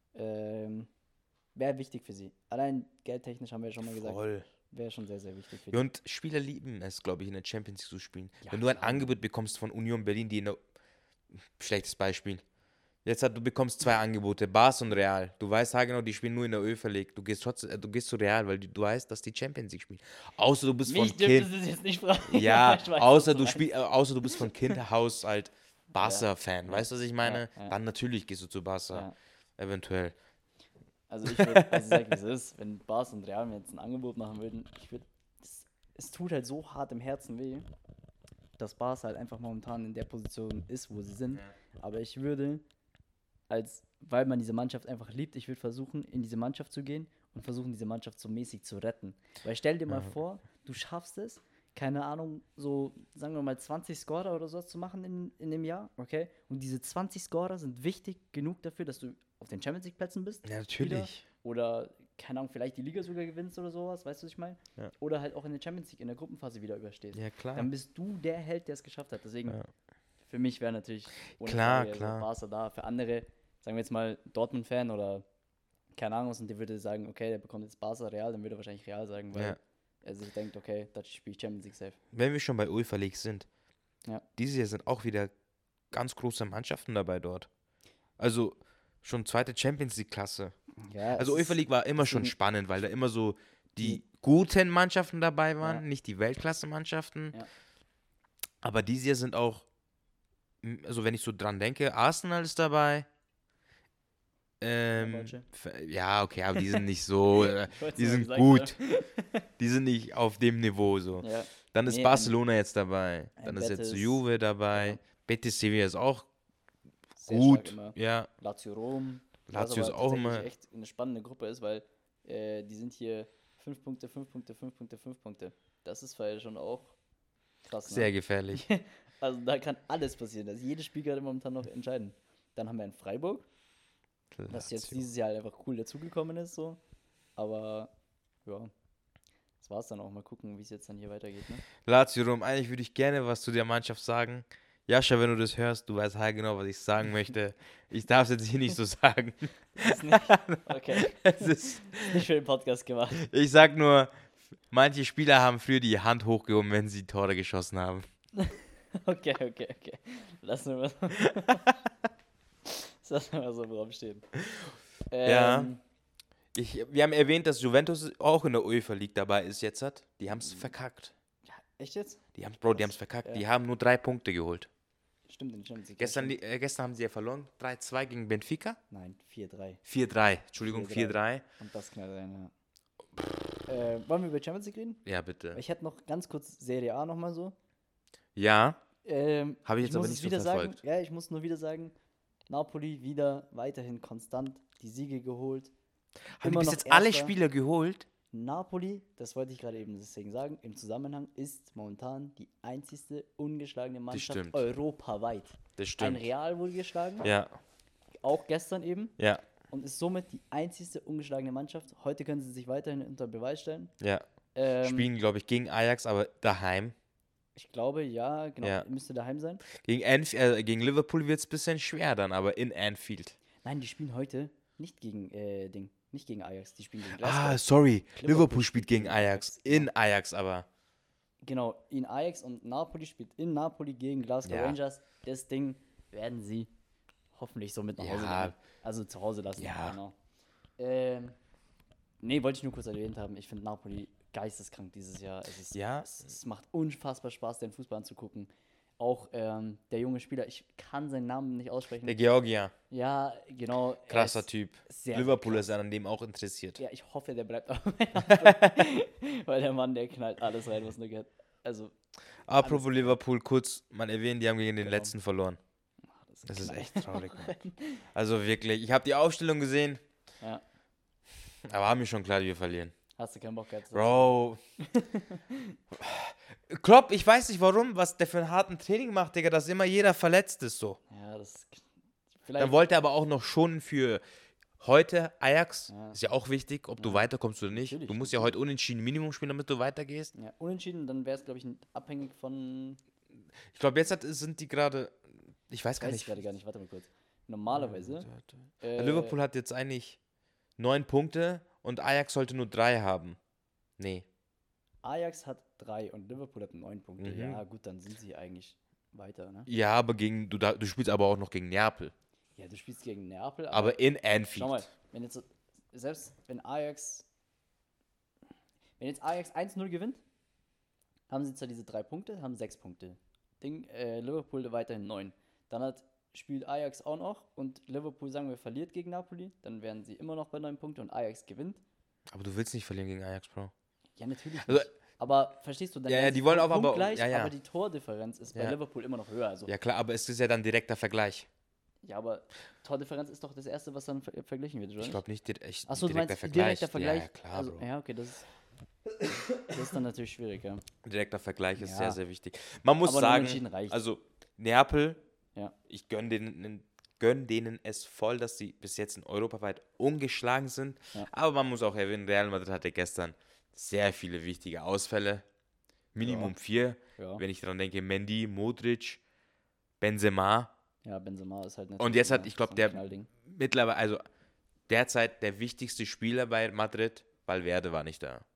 Ähm, wäre wichtig für sie. Allein geldtechnisch haben wir ja schon mal gesagt, Voll. wäre schon sehr, sehr wichtig für Ja, die. und Spieler lieben es, glaube ich, in der Champions League zu spielen. Ja, Wenn du ein klar. Angebot bekommst von Union Berlin, die in der... Schlechtes Beispiel. Jetzt hat, du bekommst zwei Angebote, Barca und Real. Du weißt genau, die spielen nur in der UEFA League. Du gehst trotzdem, äh, du gehst zu Real, weil du, du weißt, dass die Champions League spielen. Außer du bist Mich von dürfen Kind. sie jetzt nicht fragen. Ja, Ich weiß, außer was du meinst. spiel, äh, außer du bist von Kindhaus halt Barca-Fan. Ja. Weißt du, was ich meine? Ja, ja. Dann natürlich gehst du zu Barca. Ja. Eventuell. Also ich würde, also sag wie es ist, wenn Barca und Real mir jetzt ein Angebot machen würden, ich würde, es, es tut halt so hart im Herzen weh, dass Barca halt einfach momentan in der Position ist, wo sie sind. Aber ich würde, als, weil man diese Mannschaft einfach liebt, ich würde versuchen, in diese Mannschaft zu gehen und versuchen, diese Mannschaft so mäßig zu retten. Weil stell dir mal Ja. vor, du schaffst es, keine Ahnung, so, sagen wir mal, zwanzig Scorer oder sowas zu machen in, in dem Jahr, okay? Und diese zwanzig Scorer sind wichtig genug dafür, dass du auf den Champions League Plätzen bist. Ja, natürlich. Oder, keine Ahnung, vielleicht die Liga sogar gewinnst oder sowas, weißt du, was ich meine? Ja. Oder halt auch in der Champions League in der Gruppenphase wieder überstehst. Ja, klar. Dann bist du der Held, der es geschafft hat. Deswegen, Ja. für mich wäre natürlich ohne Klar, Frage, klar. Also Barca da. Für andere, sagen wir jetzt mal Dortmund-Fan oder keine Ahnung was, und der würde sagen, okay, der bekommt jetzt Barca Real, dann würde er wahrscheinlich Real sagen, weil Ja. er sich denkt, okay, da spiele ich Champions League safe. Wenn wir schon bei UEFA League sind, Ja. dieses Jahr sind auch wieder ganz große Mannschaften dabei dort. Also schon zweite Champions League-Klasse. Ja, Also es UEFA ist- League war immer schon deswegen- spannend, weil da immer so die Die- guten Mannschaften dabei waren, Ja. nicht die Weltklasse-Mannschaften. Ja. Aber dieses Jahr sind auch, m, also wenn ich so dran denke, Arsenal ist dabei. Ähm, Fenerbahce. Fe- ja, okay, aber die sind nicht so, äh, Ich wollt's die nur sind gesagt gut. Die sind nicht auf dem Niveau so. haben. Ja. Dann ist Nee, ein- Barcelona jetzt dabei. ein Dann ist jetzt Betis, Juve dabei. ja. Betis Sevilla ist auch Sehr gut. stark immer. Ja, Lazio Rom. Lazio was ist aber auch tatsächlich immer- echt eine spannende Gruppe ist, weil äh, die sind hier fünf Punkte, fünf Punkte, fünf Punkte, fünf Punkte. Das ist weil schon auch krass. Ne? sehr gefährlich. Also da kann alles passieren. Also jedes Spiel gerade momentan noch entscheiden. Dann haben wir in Freiburg, was jetzt Lazio. dieses Jahr halt einfach cool dazugekommen ist, so. Aber ja, das war's dann auch. Mal gucken, wie es jetzt dann hier weitergeht. Ne? Lazio Rom, eigentlich würde ich gerne was zu der Mannschaft sagen. Jascha, wenn du das hörst, du weißt halt genau, was ich sagen möchte. Ich darf es jetzt hier nicht so sagen. Ist nicht, okay, Es ist, nicht für den Podcast gemacht. ich sag nur, manche Spieler haben früher die Hand hochgehoben, wenn sie Tore geschossen haben. Okay, okay, okay. Lassen wir mal, das lassen wir mal so im Raum stehen. Ja. Ähm, Ich, wir haben erwähnt, dass Juventus auch in der UEFA League dabei ist jetzt. Hat. Die haben es verkackt. ja, echt jetzt? Die haben, Bro, die haben es verkackt. Ja. Die haben nur drei Punkte geholt. Stimmt, in Champions League. Gestern, stimmt. li- äh, gestern haben sie ja verloren. drei zwei gegen Benfica. Nein, vier drei. vier drei. Entschuldigung, vier vier drei. Und das knallt rein, ja. Äh, wollen wir über Champions League reden? Ja, bitte. Ich hätte noch ganz kurz Serie A nochmal so. Ja, Ähm, Habe ich jetzt aber muss nicht es so wieder verfolgt. sagen. Ja, ich muss nur wieder sagen, Napoli wieder weiterhin konstant die Siege geholt. haben die Immer bis noch jetzt alle Erster. Spieler geholt? Napoli, das wollte ich gerade eben deswegen sagen, im Zusammenhang ist momentan die einzigste ungeschlagene Mannschaft stimmt. europaweit. Das Ein stimmt. Real wurde geschlagen, Ja, auch gestern eben, ja, und ist somit die einzigste ungeschlagene Mannschaft. Heute können sie sich weiterhin unter Beweis stellen. ja. Ähm, Spielen, glaube ich, gegen Ajax, aber daheim. Ich glaube, ja, genau, Ja. müsste daheim sein. Gegen, Anf äh, gegen Liverpool wird es ein bisschen schwer dann, aber in Anfield. Nein, die spielen heute nicht gegen äh, Ding, nicht gegen Ajax, die spielen gegen Glasgow. Ah, sorry. Liverpool, Liverpool spielt gegen Ajax. In Ajax aber. Genau, in Ajax, und Napoli spielt in Napoli gegen Glasgow Ja. Rangers. Das Ding werden sie hoffentlich so mit nach Hause Ja. nehmen. Also zu Hause lassen. Ja. Genau. Ähm, nee, wollte ich nur kurz erwähnt haben. Ich finde Napoli geisteskrank dieses Jahr. Es, ist, Ja. es, es macht unfassbar Spaß, den Fußball anzugucken. Auch ähm, der junge Spieler, ich kann seinen Namen nicht aussprechen. Der Georgier. Ja, genau. er Krasser ist Typ. sehr Liverpool krass. ist an dem auch interessiert. Ja, ich hoffe, der bleibt auch. Weil der Mann, der knallt alles rein, was nur geht. Also, Apropos Liverpool, kurz mal erwähnen, die haben gegen den Genau. letzten verloren. Das ist knallt echt traurig. Mann. Also wirklich, ich habe die Aufstellung gesehen. Ja. Aber war mir schon klar, wie wir verlieren. Hast du keinen Bock gehabt? Bro. Klopp, ich weiß nicht warum, was der für einen harten Training macht, Digga, dass immer jeder verletzt ist so. Ja, das. Vielleicht. Dann wollte er aber auch noch schon für heute Ajax, Ja. ist ja auch wichtig, ob du Ja. weiterkommst oder nicht. Natürlich, Du musst ja natürlich. heute unentschieden Minimum spielen, damit du weitergehst. Ja, unentschieden, dann wäre es, glaube ich, abhängig von. Ich glaube, jetzt hat, sind die gerade, ich weiß gar Weiß ich nicht. gerade gar nicht, warte mal kurz. Normalerweise. Äh, Liverpool hat jetzt eigentlich neun Punkte und Ajax sollte nur drei haben. Nee. Ajax hat drei und Liverpool hat neun Punkte. Mhm. Ja, gut, dann sind sie eigentlich weiter, ne? Ja, aber gegen, du, da- du spielst aber auch noch gegen Neapel. Ja, du spielst gegen Neapel, aber, Aber in Anfield. schau mal, wenn jetzt, so- selbst wenn Ajax, wenn jetzt Ajax eins null gewinnt, haben sie zwar diese drei Punkte, haben sechs Punkte. Ding, äh, Liverpool weiterhin neun. Dann hat, spielt Ajax auch noch und Liverpool, sagen wir, verliert gegen Napoli, dann wären sie immer noch bei neun Punkten und Ajax gewinnt. Aber du willst nicht verlieren gegen Ajax, Bro. Ja, natürlich Also- nicht. Aber verstehst du, dann Ja, ja, wären die sie wollen auch aber- punktgleich, ja, ja. aber die Tordifferenz ist bei Ja. Liverpool immer noch höher. Also, ja. Ja klar, aber es ist ja dann direkter Vergleich. aber Tordifferenz ist doch das Erste, was dann ver verglichen wird, oder Ich nicht? glaube nicht dir- echt Achso, du direkter meinst Vergleich. direkter Vergleich? Ja, ja, klar, also, Bro. ja, okay, das ist, das ist dann natürlich schwierig, ja. Direkter Vergleich ist Ja. sehr, sehr wichtig. Man muss Aber ein sagen, Unentschieden reicht. also Neapel, Ja. ich gönne denen, gönn denen es voll, dass sie bis jetzt in europaweit ungeschlagen sind. Ja. Aber man muss auch erwähnen, Real Madrid hatte gestern sehr viele wichtige Ausfälle. Minimum Ja. vier. Ja. Wenn ich daran denke, Mendy, Modric, Benzema. ja, Benzema ist halt nicht. Und jetzt hat, ich glaube, so ein der Knallding. mittlerweile, also derzeit der wichtigste Spieler bei Madrid, Valverde war nicht da.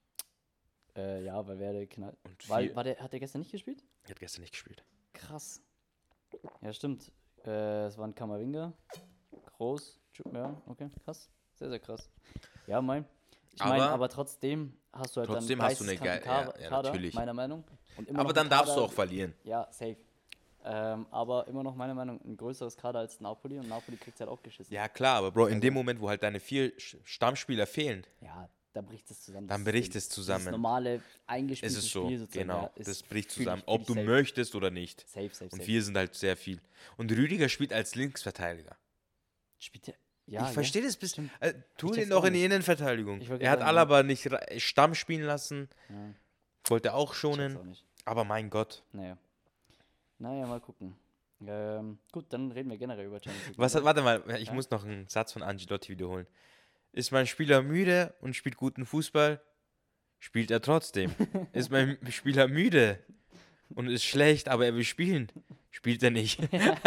Äh, ja, weil wer der knallt. Und War, viel, war der, hat der gestern nicht gespielt? er hat gestern nicht gespielt. Krass. Ja, stimmt. Äh, es waren Kamavinga, Groß, Ju- ja, okay, krass. Sehr, sehr krass. Ja, mein. Ich meine, Aber- aber trotzdem hast du halt Trotzdem dann hast du eine geisteskranken geil- ja, Kader, ja, Kader, natürlich. meiner Meinung. Und immer Aber noch dann ein darfst du Kader- auch verlieren. Ja, safe. Ähm, aber immer noch meiner Meinung ein größeres Kader als Napoli und Napoli kriegt halt auch geschissen. Ja, klar, aber Bro, in Also- dem Moment, wo halt deine vier Sch- Stammspieler fehlen, Ja, da bricht es zusammen. Dann Das bricht Ding. es zusammen. Das normale, eingespielte ist es so. Spiel sozusagen. Genau, ja, ist- das bricht fühl ich- zusammen. fühl Ob ich du safe. möchtest oder nicht. Safe, safe, Und safe. wir sind halt sehr viel. Und Rüdiger spielt als Linksverteidiger. Spielt der, ja, ich verstehe das bis. stimmt. Äh, tu Ich den check's doch auch in die nicht. Innenverteidigung. Ich wollte Er hat sagen, Alaba nicht ra- Stamm spielen lassen. Ja, Wollte auch check's schonen. auch nicht. Aber mein Gott. Naja. Naja, mal gucken. Ähm, gut, dann reden wir generell über Champions League. Was hat, warte mal, ich Ja? muss noch einen Satz von Ancelotti wiederholen. Ist mein Spieler müde und spielt guten Fußball, spielt er trotzdem. Ist mein Spieler müde und ist schlecht, aber er will spielen, spielt er nicht.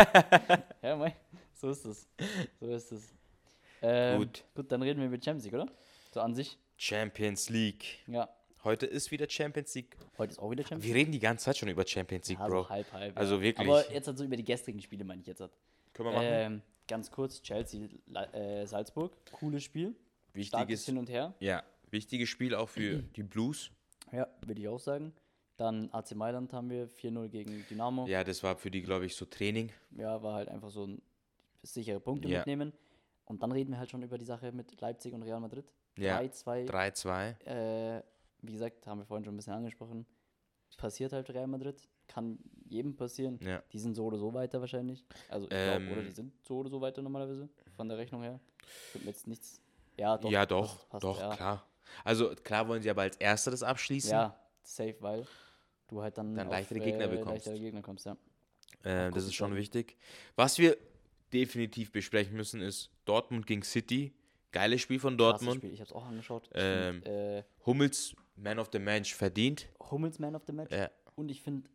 Ja, mei, so ist es. So ist es. Ähm, Gut. Gut, dann reden wir über Champions League, oder? So an sich. Champions League. Ja. Heute ist wieder Champions League. Heute ist auch wieder Champions Wir reden die ganze Zeit schon über Champions League, Ja, Bro. so halb, halb. Also ja. wirklich. Aber jetzt halt so über die gestrigen Spiele, meine ich jetzt. Halt. Können wir machen? Ähm, ganz kurz, Chelsea, La- äh, Salzburg. Cooles Spiel. Starkes Wichtiges, Hin und Her. ja, wichtiges Spiel auch für die Blues. Ja, würde ich auch sagen. Dann A C Mailand haben wir vier null gegen Dynamo. Ja, das war für die, glaube ich, so Training. Ja, war halt einfach so ein sichere Punkte Ja. mitnehmen. Und dann reden wir halt schon über die Sache mit Leipzig und Real Madrid. Ja, drei zwei. drei zwei. Äh, wie gesagt, haben wir vorhin schon ein bisschen angesprochen. Es passiert halt Real Madrid. Kann jedem passieren. Ja. Die sind so oder so weiter wahrscheinlich. Also ich glaube, Ähm. oder die sind so oder so weiter normalerweise. Von der Rechnung her. Wird mir jetzt nichts. Ja, doch. ja, doch, passt, passt, doch, ja. klar. Also klar wollen sie aber als Erster das abschließen. Ja, safe, weil du halt dann, Dann auf, leichtere Gegner äh, bekommst. Leichtere Gegner kommst, ja. Äh, Auch das gut ist schon dann. wichtig. Was wir definitiv besprechen müssen, ist Dortmund gegen City. Geiles Spiel von Krasses Dortmund. Spiel. Ich hab's auch angeschaut. Ich Ähm, find, äh, Hummels, Man of the Match, verdient. Hummels Man of the Match. Ja. Und ich finde,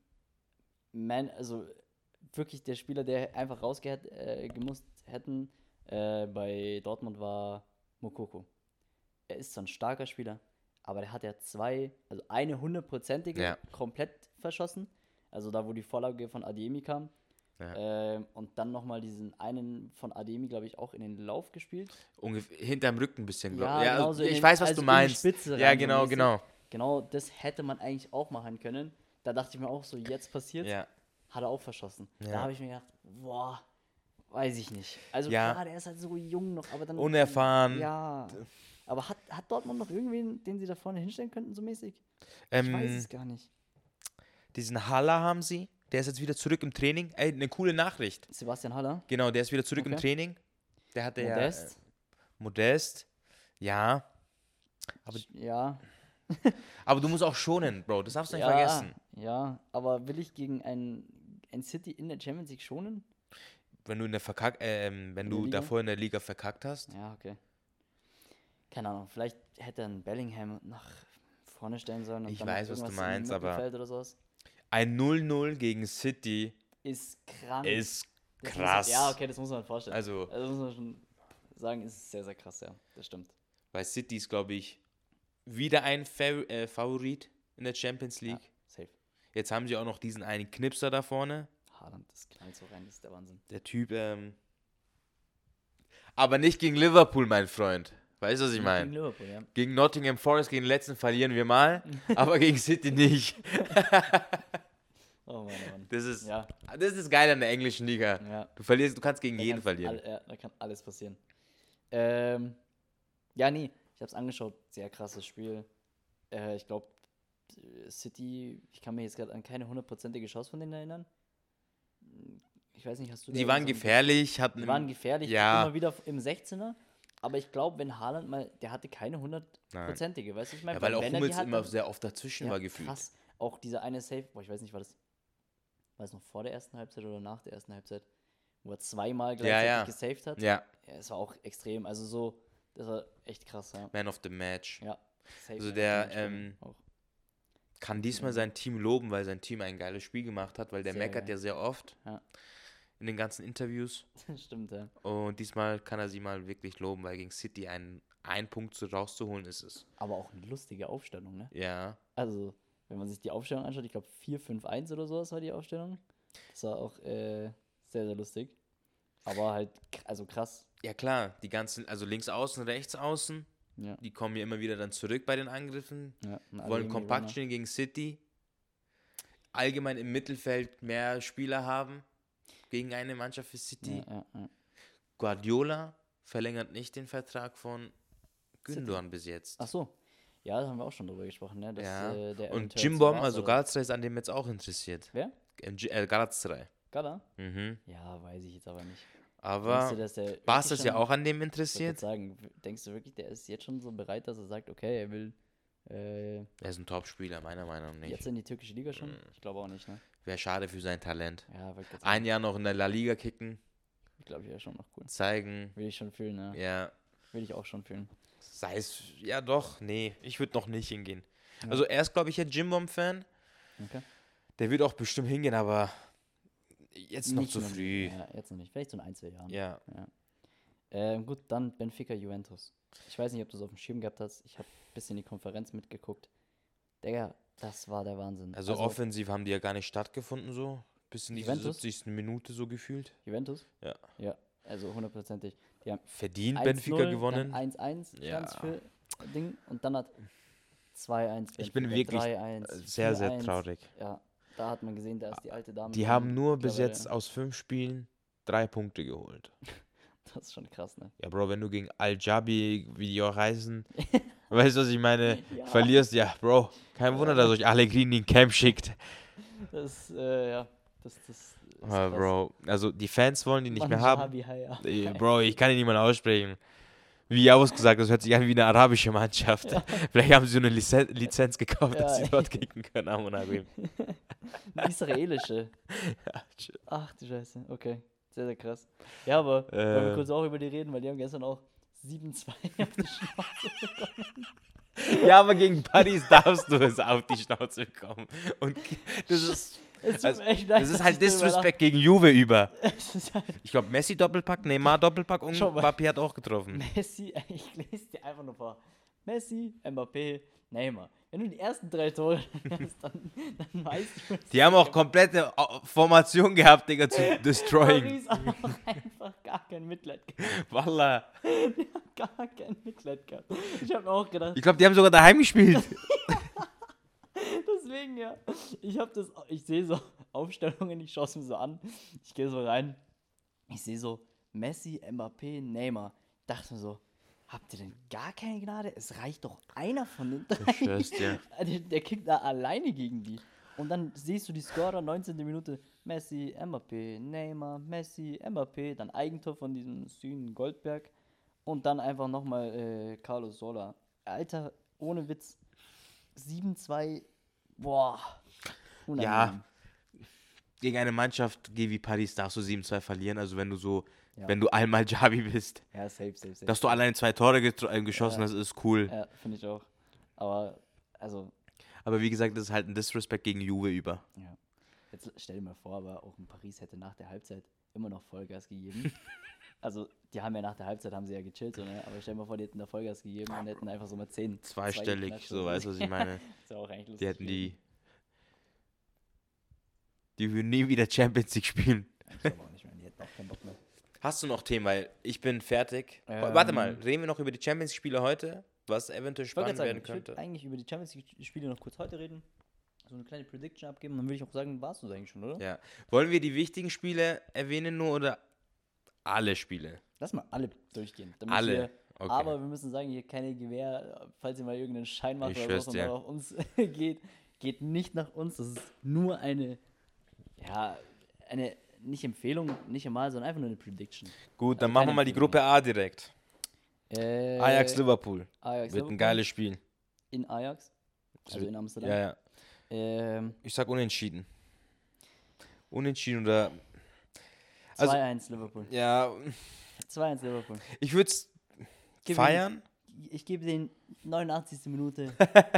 Man, also wirklich der Spieler, der einfach rausgemusst äh, gemusst hätten äh, bei Dortmund war Mokoko. Er ist so ein starker Spieler, aber der hat ja zwei, also eine hundertprozentige Ja. komplett verschossen. Also da, wo die Vorlage von Adeyemi kam. Ja. Ähm, und dann nochmal diesen einen von Adeyemi, glaube ich, auch in den Lauf gespielt. Ungef- hinterm Rücken ein bisschen, glaube Ja, ich. Ja, genau also so in ich den- weiß, was also du in die meinst. Spitze Ja, rein, so genau, mäßig. genau. Genau, das hätte man eigentlich auch machen können. Da dachte ich mir auch so, jetzt passiert, Ja. hat er auch verschossen. Ja. Da habe ich mir gedacht, boah, weiß ich nicht. Also Ja. klar, der ist halt so jung noch, aber dann... Unerfahren. Ja. Aber hat, hat Dortmund noch irgendwen, den sie da vorne hinstellen könnten, so mäßig? Ich weiß Ähm, es gar nicht. diesen Haller haben sie. Der ist jetzt wieder zurück im Training. Ey, eine coole Nachricht. Sebastian Haller, Genau, der ist wieder zurück im Okay. Training. Der hatte Modest. ja. Äh, Modest. Ja, aber, Ja, aber du musst auch schonen, Bro. Das darfst du nicht ja, vergessen. ja, aber will ich gegen ein, ein City in der Champions League schonen? Wenn du in der Verkack, ähm, wenn In der du Liga? davor in der Liga verkackt hast. Ja, okay. Keine Ahnung, vielleicht hätte ein Bellingham nach vorne stellen sollen und Ich dann noch weiß, was du irgendwas meinst, im aber Mittelfeld oder sowas. ein null null gegen City Ist krank. ist Das muss krass. Man, ja, okay, das muss man vorstellen. Also, Also muss man schon sagen, ist sehr, sehr krass, ja. Das stimmt. bei City ist, glaube ich, wieder ein Fa- äh, Favorit in der Champions League. Ja, safe. Jetzt haben sie auch noch diesen einen Knipser da vorne. Haaland, das knallt so rein, das ist der Wahnsinn. Der Typ, ähm. Aber nicht gegen Liverpool, mein Freund. Weißt du, was ich Gegen meine? Liverpool, ja. Gegen Nottingham Forest, gegen den letzten verlieren wir mal, aber gegen City nicht. Oh Mann, oh Mann. Das ist, Ja, das ist geil an der englischen Liga. ja. Du verlierst, du kannst gegen Da jeden kann's verlieren. All, ja, da kann alles passieren. Ähm, ja, nee, ich hab's angeschaut. Sehr krasses Spiel. Äh, ich glaube, City, ich kann mich jetzt gerade an keine hundertprozentige Chance von denen erinnern. Ich weiß nicht, hast du da Die waren so ein- gefährlich, hatten Die waren gefährlich, ja. immer wieder im sechzehner. Aber ich glaube, wenn Haaland mal, der hatte keine hundertprozentige, weißt du, ich meine, ja, weil auch wenn er die Hummels hat, immer dann- sehr oft dazwischen ja, war gefühlt. krass. Auch dieser eine Save, boah, ich weiß nicht, war das, war das noch vor der ersten Halbzeit oder nach der ersten Halbzeit, wo er zweimal gleichzeitig ja. gesaved hat. Ja, Ja, es war auch extrem, also so, das war echt krass, ja. Man of the Match. Ja. Safe Also Man der, of the Match ähm, auch. Kann diesmal sein Team loben, weil sein Team ein geiles Spiel gemacht hat, weil der Sehr meckert geil. ja sehr oft Ja. in den ganzen Interviews. Stimmt, ja. Und diesmal kann er sie mal wirklich loben, weil gegen City ein, ein Punkt so rauszuholen ist es. Aber auch eine lustige Aufstellung, ne? Ja. Also, wenn man sich die Aufstellung anschaut, ich glaube vier fünf eins oder sowas war die Aufstellung. Das war auch äh, sehr, sehr lustig. Aber halt, k- also krass. Ja klar, die ganzen, also links außen, rechts außen, Ja. die kommen ja immer wieder dann zurück bei den Angriffen, ja und alle wollen irgendwie kompakt Runner. stehen gegen City. Allgemein im Mittelfeld mehr Spieler haben gegen eine Mannschaft für City. Ja, ja, ja. Guardiola verlängert nicht den Vertrag von Gündogan bis jetzt. Ach so. Ja, da haben wir auch schon drüber gesprochen, ne? Dass, Ja. äh, der Und eventuell Jimbom, zu also Barca- Galatasaray, ist an dem jetzt auch interessiert. Wer? Äh, G- äh, Galatasaray. Gala? Mhm. Ja, weiß ich jetzt aber nicht. Aber Denkst du, dass der Barca wirklich ist ja schon- auch an dem Ich wollte interessiert. gerade sagen, w- denkst du wirklich, der ist jetzt schon so bereit, dass er sagt, okay, er will äh, Er ist ein Top-Spieler, meiner Meinung nach. jetzt in die türkische Liga schon? Ich glaube auch nicht, ne? Wäre schade für sein Talent. Ja, wollte gerade Ein sagen. Jahr noch in der La Liga kicken, Ich glaube, ich wäre schon noch cool. zeigen. Will ich schon fühlen, ne? Ja, Will ich auch schon fühlen. sei es, ja doch, nee, ich würde noch nicht hingehen. Ja. Also er ist, glaube ich, ein Jimbom-Fan. Okay. Der wird auch bestimmt hingehen, aber jetzt noch Nicht zu mehr- früh. Ja, jetzt noch nicht. Vielleicht so in ein, zwei Jahren. Ja, Ähm, gut, dann Benfica Juventus. Ich weiß nicht, ob du es auf dem Schirm gehabt hast. Ich habe ein bisschen die Konferenz mitgeguckt. Digga, das war der Wahnsinn. also, offensiv haben die ja gar nicht stattgefunden so. Bis in die Juventus? siebzigste Minute so gefühlt. Juventus? Ja. Ja, also hundertprozentig. Die haben Verdient eins Benfica null, gewonnen. Dann eins eins Ja. ganz viel Ding und dann hat zwei eins. Ich bin Benfica, wirklich drei eins, Sehr, sehr vier eins. traurig. Ja, da hat man gesehen, da ist die alte Dame. Die schon haben nur bis mittlerweile- jetzt aus fünf Spielen drei Punkte geholt. Das ist schon krass, ne? Ja, Bro, wenn du gegen Al-Jabi, wie die auch heißen, weißt du, was ich meine, Ja. verlierst, ja, Bro, kein Wunder, dass euch Allegrini in Camp schickt. Das, äh, ja, das, das ist Aber krass. Bro, also die Fans wollen die nicht mehr haben. Manjabi Haya. Ey, Bro, ich kann ihn nicht mal aussprechen. Wie ausgesagt, das hört sich an wie eine arabische Mannschaft. Vielleicht haben sie so eine Lizen Lizenz gekauft, Ja, dass sie ey. dort kicken können. Am Monagrim. Eine israelische. Ja, chill. Ach du Scheiße, okay. Sehr, sehr krass. Ja, aber wollen wir Äh. kurz auch über die reden, weil die haben gestern auch sieben zwei auf die Schnauze bekommen. Ja, aber gegen Paris darfst du es auf die Schnauze bekommen. Und das ist, Es tut also, mir echt leid, das dass ist halt ich drüber Disrespect gegen Juve über. lache. Es ist halt Ich glaube, Messi Doppelpack, Neymar Doppelpack und Schau mal. Mbappé hat auch getroffen. Messi, ich lese dir einfach nur vor. Messi, Mbappé, Neymar. Wenn du die ersten drei Tore hast, dann, dann weißt du, was Die haben auch komplette äh, Formation gehabt, Digga, zu destroying. Paris hat auch einfach gar kein Mitleid gehabt. Wallah. Gar kein Mitleid gehabt. Ich habe mir auch gedacht, Ich glaube, die haben sogar daheim gespielt. deswegen ja. Ich habe das, ich sehe so Aufstellungen, ich schaue es mir so an. Ich gehe so rein. Ich sehe so Messi, Mbappé, Neymar. Dachte mir so, habt ihr denn gar keine Gnade? Es reicht doch einer von den drei. schwör's dir. Der, der kickt da alleine gegen die. Und dann siehst du die Scorer, neunzehnte Minute, Messi, Mbappé, Neymar, Messi, Mbappé, dann Eigentor von diesem Süden Goldberg. Und dann einfach nochmal äh, Carlos Sola. Alter, ohne Witz. sieben zwei. Boah. Unangenehm. Gegen eine Mannschaft wie Paris darfst du sieben zwei verlieren. Also wenn du so, Ja. wenn du einmal Javi bist. Ja, safe, safe, safe. Dass du alleine zwei Tore getro- äh, geschossen Ja. hast, ist cool. Ja, finde ich auch. Aber, also, Aber wie gesagt, das ist halt ein Disrespect gegen Juve über. ja. Jetzt stell dir mal vor, aber auch in Paris hätte nach der Halbzeit immer noch Vollgas gegeben. Also, die haben ja nach der Halbzeit, haben sie ja gechillt, so, ne? Aber stell dir mal vor, die hätten da Vollgas gegeben und hätten einfach so mal zehn. Zweistellig, zwei so, weißt du, was ich meine? ist ja auch eigentlich lustig. Die hätten die. Die würden nie wieder Champions League spielen. Ich glaube auch nicht mehr, die hätten auch keinen Bock mehr. Hast du noch Themen? Weil ich bin fertig. Ähm, Warte mal, reden wir noch über die Champions League-Spiele heute? Was eventuell Ich wollte spannend gerade werden sagen, ich würde könnte. eigentlich über die Champions League-Spiele noch kurz heute reden. So eine kleine Prediction abgeben. Dann würde ich auch sagen, warst du es eigentlich schon, oder? Ja. Wollen wir die wichtigen Spiele erwähnen nur oder alle Spiele? Lass mal alle durchgehen. damit Alle? Wir, Okay. Aber wir müssen sagen, hier keine Gewähr, falls ihr mal irgendeinen Schein macht Ich oder schwör's was und dir. dann auf uns geht, geht nicht nach uns. Das ist nur eine, ja, eine, nicht Empfehlung, nicht einmal, sondern einfach nur eine Prediction. Gut, dann Also machen wir keine mal die Empfehlung. Gruppe A direkt. Äh, Ajax-Liverpool. Ajax Wird ein Liverpool geiles Spiel. in Ajax, Das also wird- in Amsterdam. Ja, ja. Ähm, Ich sag unentschieden. Unentschieden oder. Also- zwei eins Liverpool. Ja, zwei eins Liverpool. ich würde es Gib feiern. ihm- Ich gebe den neunundachtzigste Minute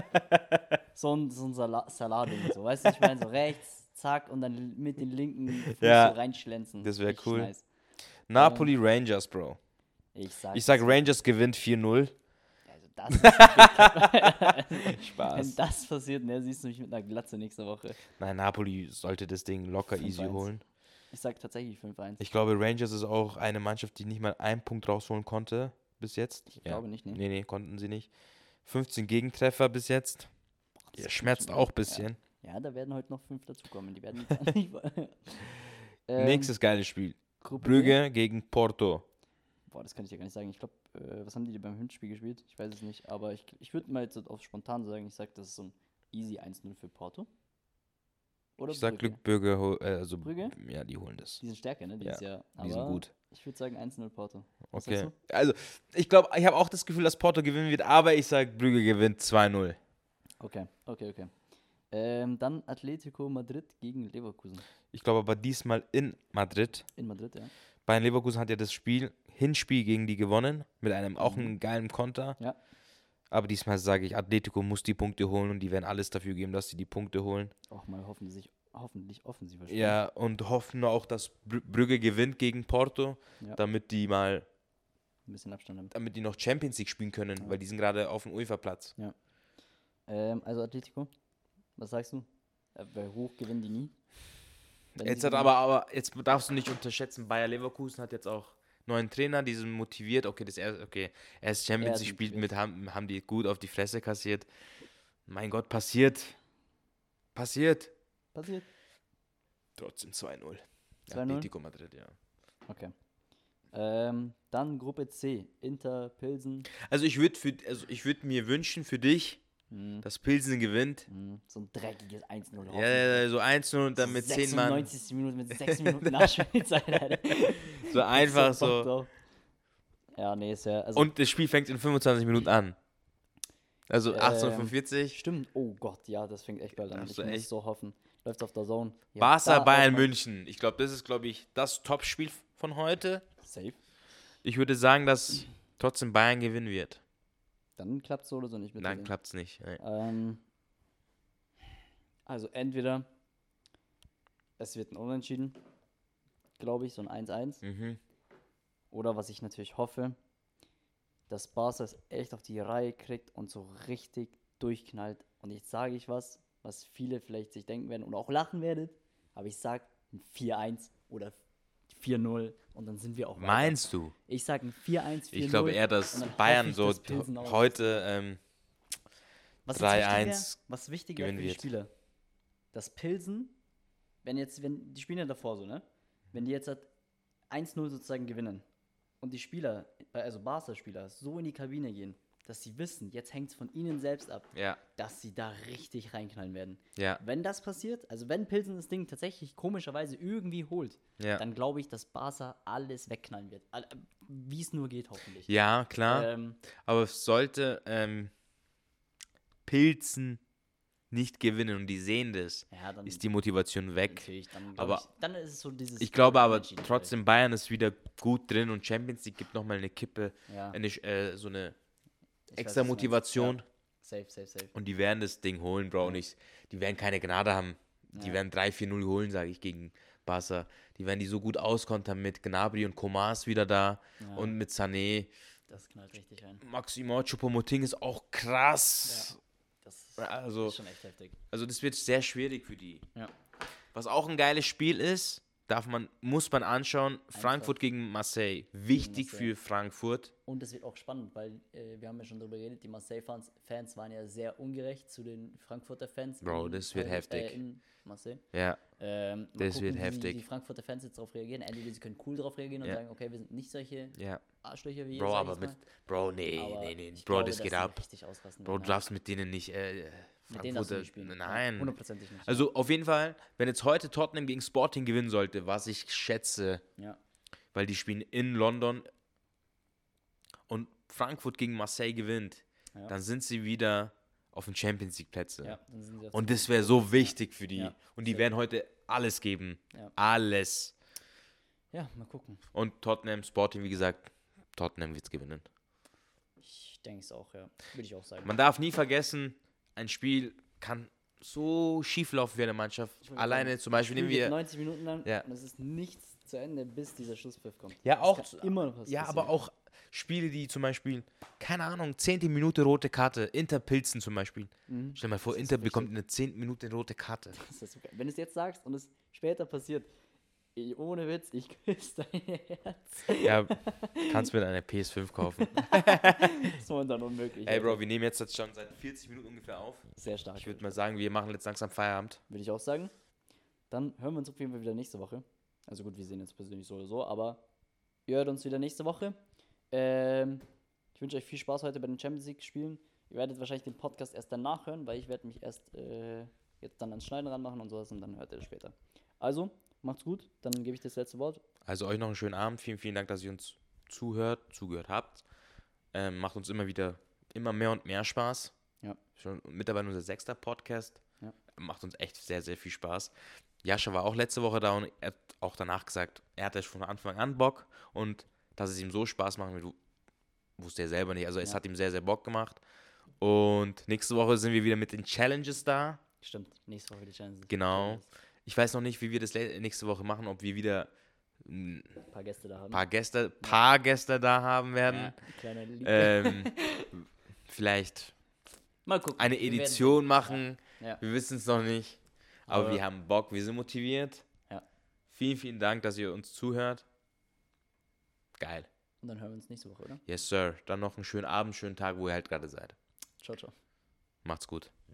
so ein, so ein Sala Salading, so, weißt du, ich meine, so rechts, zack, und dann mit den linken Fuß Ja, so reinschlänzen. das wär Richtig cool. Nice. Napoli Rangers, Bro. Ich sag, Ich sag, das- Rangers gewinnt vier null. Also das ist Wenn Spaß. das passiert, ne, siehst du mich mit einer Glatze nächste Woche. Nein, Napoli sollte das Ding locker fünf easy eins. holen. Ich sag tatsächlich fünf eins. Ich glaube, Rangers ist auch eine Mannschaft, die nicht mal einen Punkt rausholen konnte bis jetzt. Ich glaube nicht, ne? Nee, nee, konnten sie nicht. fünfzehn Gegentreffer bis jetzt. Das Ja, ist schmerzt schon- auch ein bisschen. Ja, da werden heute noch fünf dazukommen. Die werden nicht. ähm, Nächstes geiles Spiel. Gruppe B. Brügge gegen Porto. Boah, das kann ich ja gar nicht sagen. Ich glaube, äh, was haben die beim Hinspiel gespielt? Ich weiß es nicht. Aber ich, ich würde mal jetzt so auf spontan sagen, ich sag, das ist so ein easy eins null für Porto. Oder Ich sag Brügge? Glück Brügge, hol- äh, also Brügge? ja, die holen das. Die sind stärker, ne? Ja, Dieses Jahr. Die sind Aber gut. Ich würde sagen eins null Porto. Was Okay. sagst Also, ich glaube, ich habe auch das Gefühl, dass Porto gewinnen wird, aber ich sag, Brügge gewinnt zwei null. du? Okay, okay, okay. Ähm, dann Atletico Madrid gegen Leverkusen. Ich glaube aber diesmal in Madrid. In Madrid, ja. Bayern Leverkusen hat ja das Spiel, Hinspiel gegen die gewonnen, mit einem auch Mhm. einem geilen Konter. Ja. Aber diesmal sage ich, Atletico muss die Punkte holen und die werden alles dafür geben, dass sie die Punkte holen. Auch mal hoffen die sich hoffentlich offensiver spielen. Ja, und hoffen auch, dass Brü- Brügge gewinnt gegen Porto, Ja. damit die mal, Ein bisschen Abstand haben. damit die noch Champions League spielen können, Ja. weil die sind gerade auf dem UEFA-Platz. Ähm, also Atletico, was sagst du? Äh, Bei hoch gewinnen die nie. Wenn Jetzt sie hat gewinnen- aber, aber, jetzt darfst du nicht unterschätzen, Bayer Leverkusen hat jetzt auch neuen Trainer, die sind motiviert, okay, das erste, okay, erst Champions Er League ist spielt motiviert. mit, haben, haben die gut auf die Fresse kassiert. Mein Gott, passiert. Passiert. Passiert. Trotzdem zwei null. zwei null? Atletico Madrid, ja. Okay. Ähm, dann Gruppe C. Inter, Pilsen. Also ich würde für, also ich würde mir wünschen für dich, Hm, dass Pilsen gewinnt. hm, so ein dreckiges eins null. Ja, ja, so eins null und dann mit zehn Mann. sechsundneunzigste Minute mit sechs Minuten Nachspielzeit, Alter. So einfach Bock so. drauf. Ja, nee, ist ja. Also, Und das Spiel fängt in fünfundzwanzig Minuten an. Also Ähm, achtzehn Uhr fünfundvierzig. stimmt. Oh Gott, ja, das fängt echt bald an. Hast Ich du muss echt? so hoffen. Läuft auf der Zone. Ja, Barca, da Bayern, auch mal- München. Ich glaube, das ist, glaube ich, das Topspiel von heute. Safe. Ich würde sagen, dass trotzdem Bayern gewinnen wird. Dann klappt so oder so nicht mit Nein, denen. klappt es nicht. Nee. Ähm, also entweder es wird ein Unentschieden, glaube ich, so ein eins eins. Mhm. Oder was ich natürlich hoffe, dass Barca es echt auf die Reihe kriegt und so richtig durchknallt. Und jetzt sage ich was, was viele vielleicht sich denken werden und auch lachen werdet, aber ich sage ein vier eins oder vier null und dann sind wir auch weiter. Meinst du? Ich sage ein vier eins, vier null. Ich glaube eher, und dass dann hoffe Bayern ich, so dass Pilsen auch- heute ähm, Was jetzt drei wichtig wär- eins was wichtig wäre gewinnen für die wird. Spieler, dass Pilsen, wenn jetzt, wenn, die spielen ja davor so, ne? Wenn die jetzt halt eins null sozusagen gewinnen und die Spieler, also Barca-Spieler, so in die Kabine gehen dass sie wissen, jetzt hängt es von ihnen selbst ab, Ja, dass sie da richtig reinknallen werden. ja, Wenn das passiert, also wenn Pilsen das Ding tatsächlich komischerweise irgendwie holt, ja. dann glaube ich, dass Barca alles wegknallen wird. All- Wie es nur geht, hoffentlich. Ja, klar. Ähm, Aber es sollte ähm, Pilzen nicht gewinnen und die sehen das, ja, dann ist die Motivation weg. natürlich, dann, glaub Aber ich, dann ist es so dieses... Ich glaube aber Unentschieden trotzdem, Bayern ist wieder gut drin und Champions League gibt nochmal eine Kippe, vielleicht. Ja, eine, äh, so eine ich weiß, extra was du meinst. Motivation. Ja. Safe, safe, safe. Und die werden das Ding holen, Bro. Und ich, die werden keine Gnade haben. Die Ja. werden drei vier null holen, sage ich, gegen Barca. Die werden die so gut auskontern mit Gnabry und Comas wieder da Ja. und mit Sané. Das knallt richtig rein. Maximo Choupo-Moting ist auch krass. Das ist, Also, ist schon echt heftig. also das wird sehr schwierig für die. Ja. Was auch ein geiles Spiel ist, darf man, muss man anschauen, Frankfurt gegen Marseille. Wichtig Marseille. für Frankfurt. Und es wird auch spannend, weil äh, wir haben ja schon darüber geredet, die Marseille-Fans Fans waren ja sehr ungerecht zu den Frankfurter Fans. Bro, in das wird Paris- heftig. Äh, in Marseille. Ja, Ähm, mal Das gucken, wird wie heftig. die Frankfurter Fans jetzt darauf reagieren. Entweder sie können cool darauf reagieren und Ja. sagen, okay, wir sind nicht solche ja. Arschlöcher wie ihr, Bro, sag aber ich mit, mal. Bro, nee, Aber nee, nee, ich Bro, glaube, das dass geht die ab. richtig ausrasten Bro, werden, du ja. darfst mit denen nicht, äh, Mit denen darfst du Frankfurter, nicht spielen. nein. Ja, hundertprozentig nicht. Also auf jeden Fall, wenn jetzt heute Tottenham gegen Sporting gewinnen sollte, was ich schätze, ja. weil die spielen in London und Frankfurt gegen Marseille gewinnt, Ja. dann sind sie wieder auf den Champions League Plätze. Ja, dann sind sie jetzt Und das wäre so wichtig für die. Ja, Und die safe. werden heute alles geben. Ja. Alles. Ja, mal gucken. Und Tottenham, Sporting, wie gesagt, Tottenham wird es gewinnen. Ich denke es auch, ja. Würde ich auch sagen. Man darf nie vergessen, ein Spiel kann so schief laufen für eine Mannschaft. Ich wollte Alleine sagen, zum Beispiel Spiel nehmen geht wir. neunzig Minuten lang Ja. und es ist nichts zu Ende, bis dieser Schlusspfiff kommt. Ja, Es auch kann zu- immer noch was Ja, passieren. aber auch Spiele, die zum Beispiel, keine Ahnung, zehnte Minute rote Karte, Inter Pilzen zum Beispiel. Mhm. Stell dir mal vor, Das ist Inter wichtig. bekommt eine zehnte Minute rote Karte. Das ist so geil. Wenn du es jetzt sagst und es später passiert, ey, ohne Witz, ich küsse dein Herz. Ja, kannst mir eine P S fünf kaufen. Das ist momentan unmöglich. Ey, Bro, also. wir nehmen jetzt, jetzt schon seit vierzig Minuten ungefähr auf. Sehr stark. Ich würde mal sagen, wir machen jetzt langsam Feierabend. Würde ich auch sagen. Dann hören wir uns auf jeden Fall wieder nächste Woche. Also gut, wir sehen jetzt persönlich so oder so, aber ihr hört uns wieder nächste Woche. Ähm, ich wünsche euch viel Spaß heute bei den Champions League Spielen. Ihr werdet wahrscheinlich den Podcast erst danach hören, weil ich werde mich erst äh, jetzt dann ans Schneiden ranmachen und sowas und dann hört ihr das später. Also, macht's gut, dann gebe ich das letzte Wort. Also euch noch einen schönen Abend. Vielen, vielen Dank, dass ihr uns zuhört, zugehört habt. Ähm, macht uns immer wieder, immer mehr und mehr Spaß. Ja. Schon mittlerweile unser sechster Podcast. Ja. Macht uns echt sehr, sehr viel Spaß. Jascha war auch letzte Woche da und er hat auch danach gesagt, er hatte von Anfang an Bock und dass es ihm so Spaß machen wird, wusste er selber nicht. Also es Ja. hat ihm sehr, sehr Bock gemacht. Und nächste Woche sind wir wieder mit den Challenges da. Stimmt, nächste Woche die Chance. Genau. Ich weiß noch nicht, wie wir das le- nächste Woche machen, ob wir wieder ein Ein paar Gäste da haben. paar Gäste, paar Gäste da haben werden. Ja, kleiner Lied. Ähm, vielleicht Mal gucken. eine Wir werden Edition sehen. machen. Ja. Ja. Wir wissen es noch nicht. Aber, Aber- wir haben Bock, wir sind motiviert. Ja. Vielen, vielen Dank, dass ihr uns zuhört. Geil. Und dann hören wir uns nächste Woche, oder? Yes, Sir. Dann noch einen schönen Abend, schönen Tag, wo ihr halt gerade seid. Ciao, ciao. Macht's gut.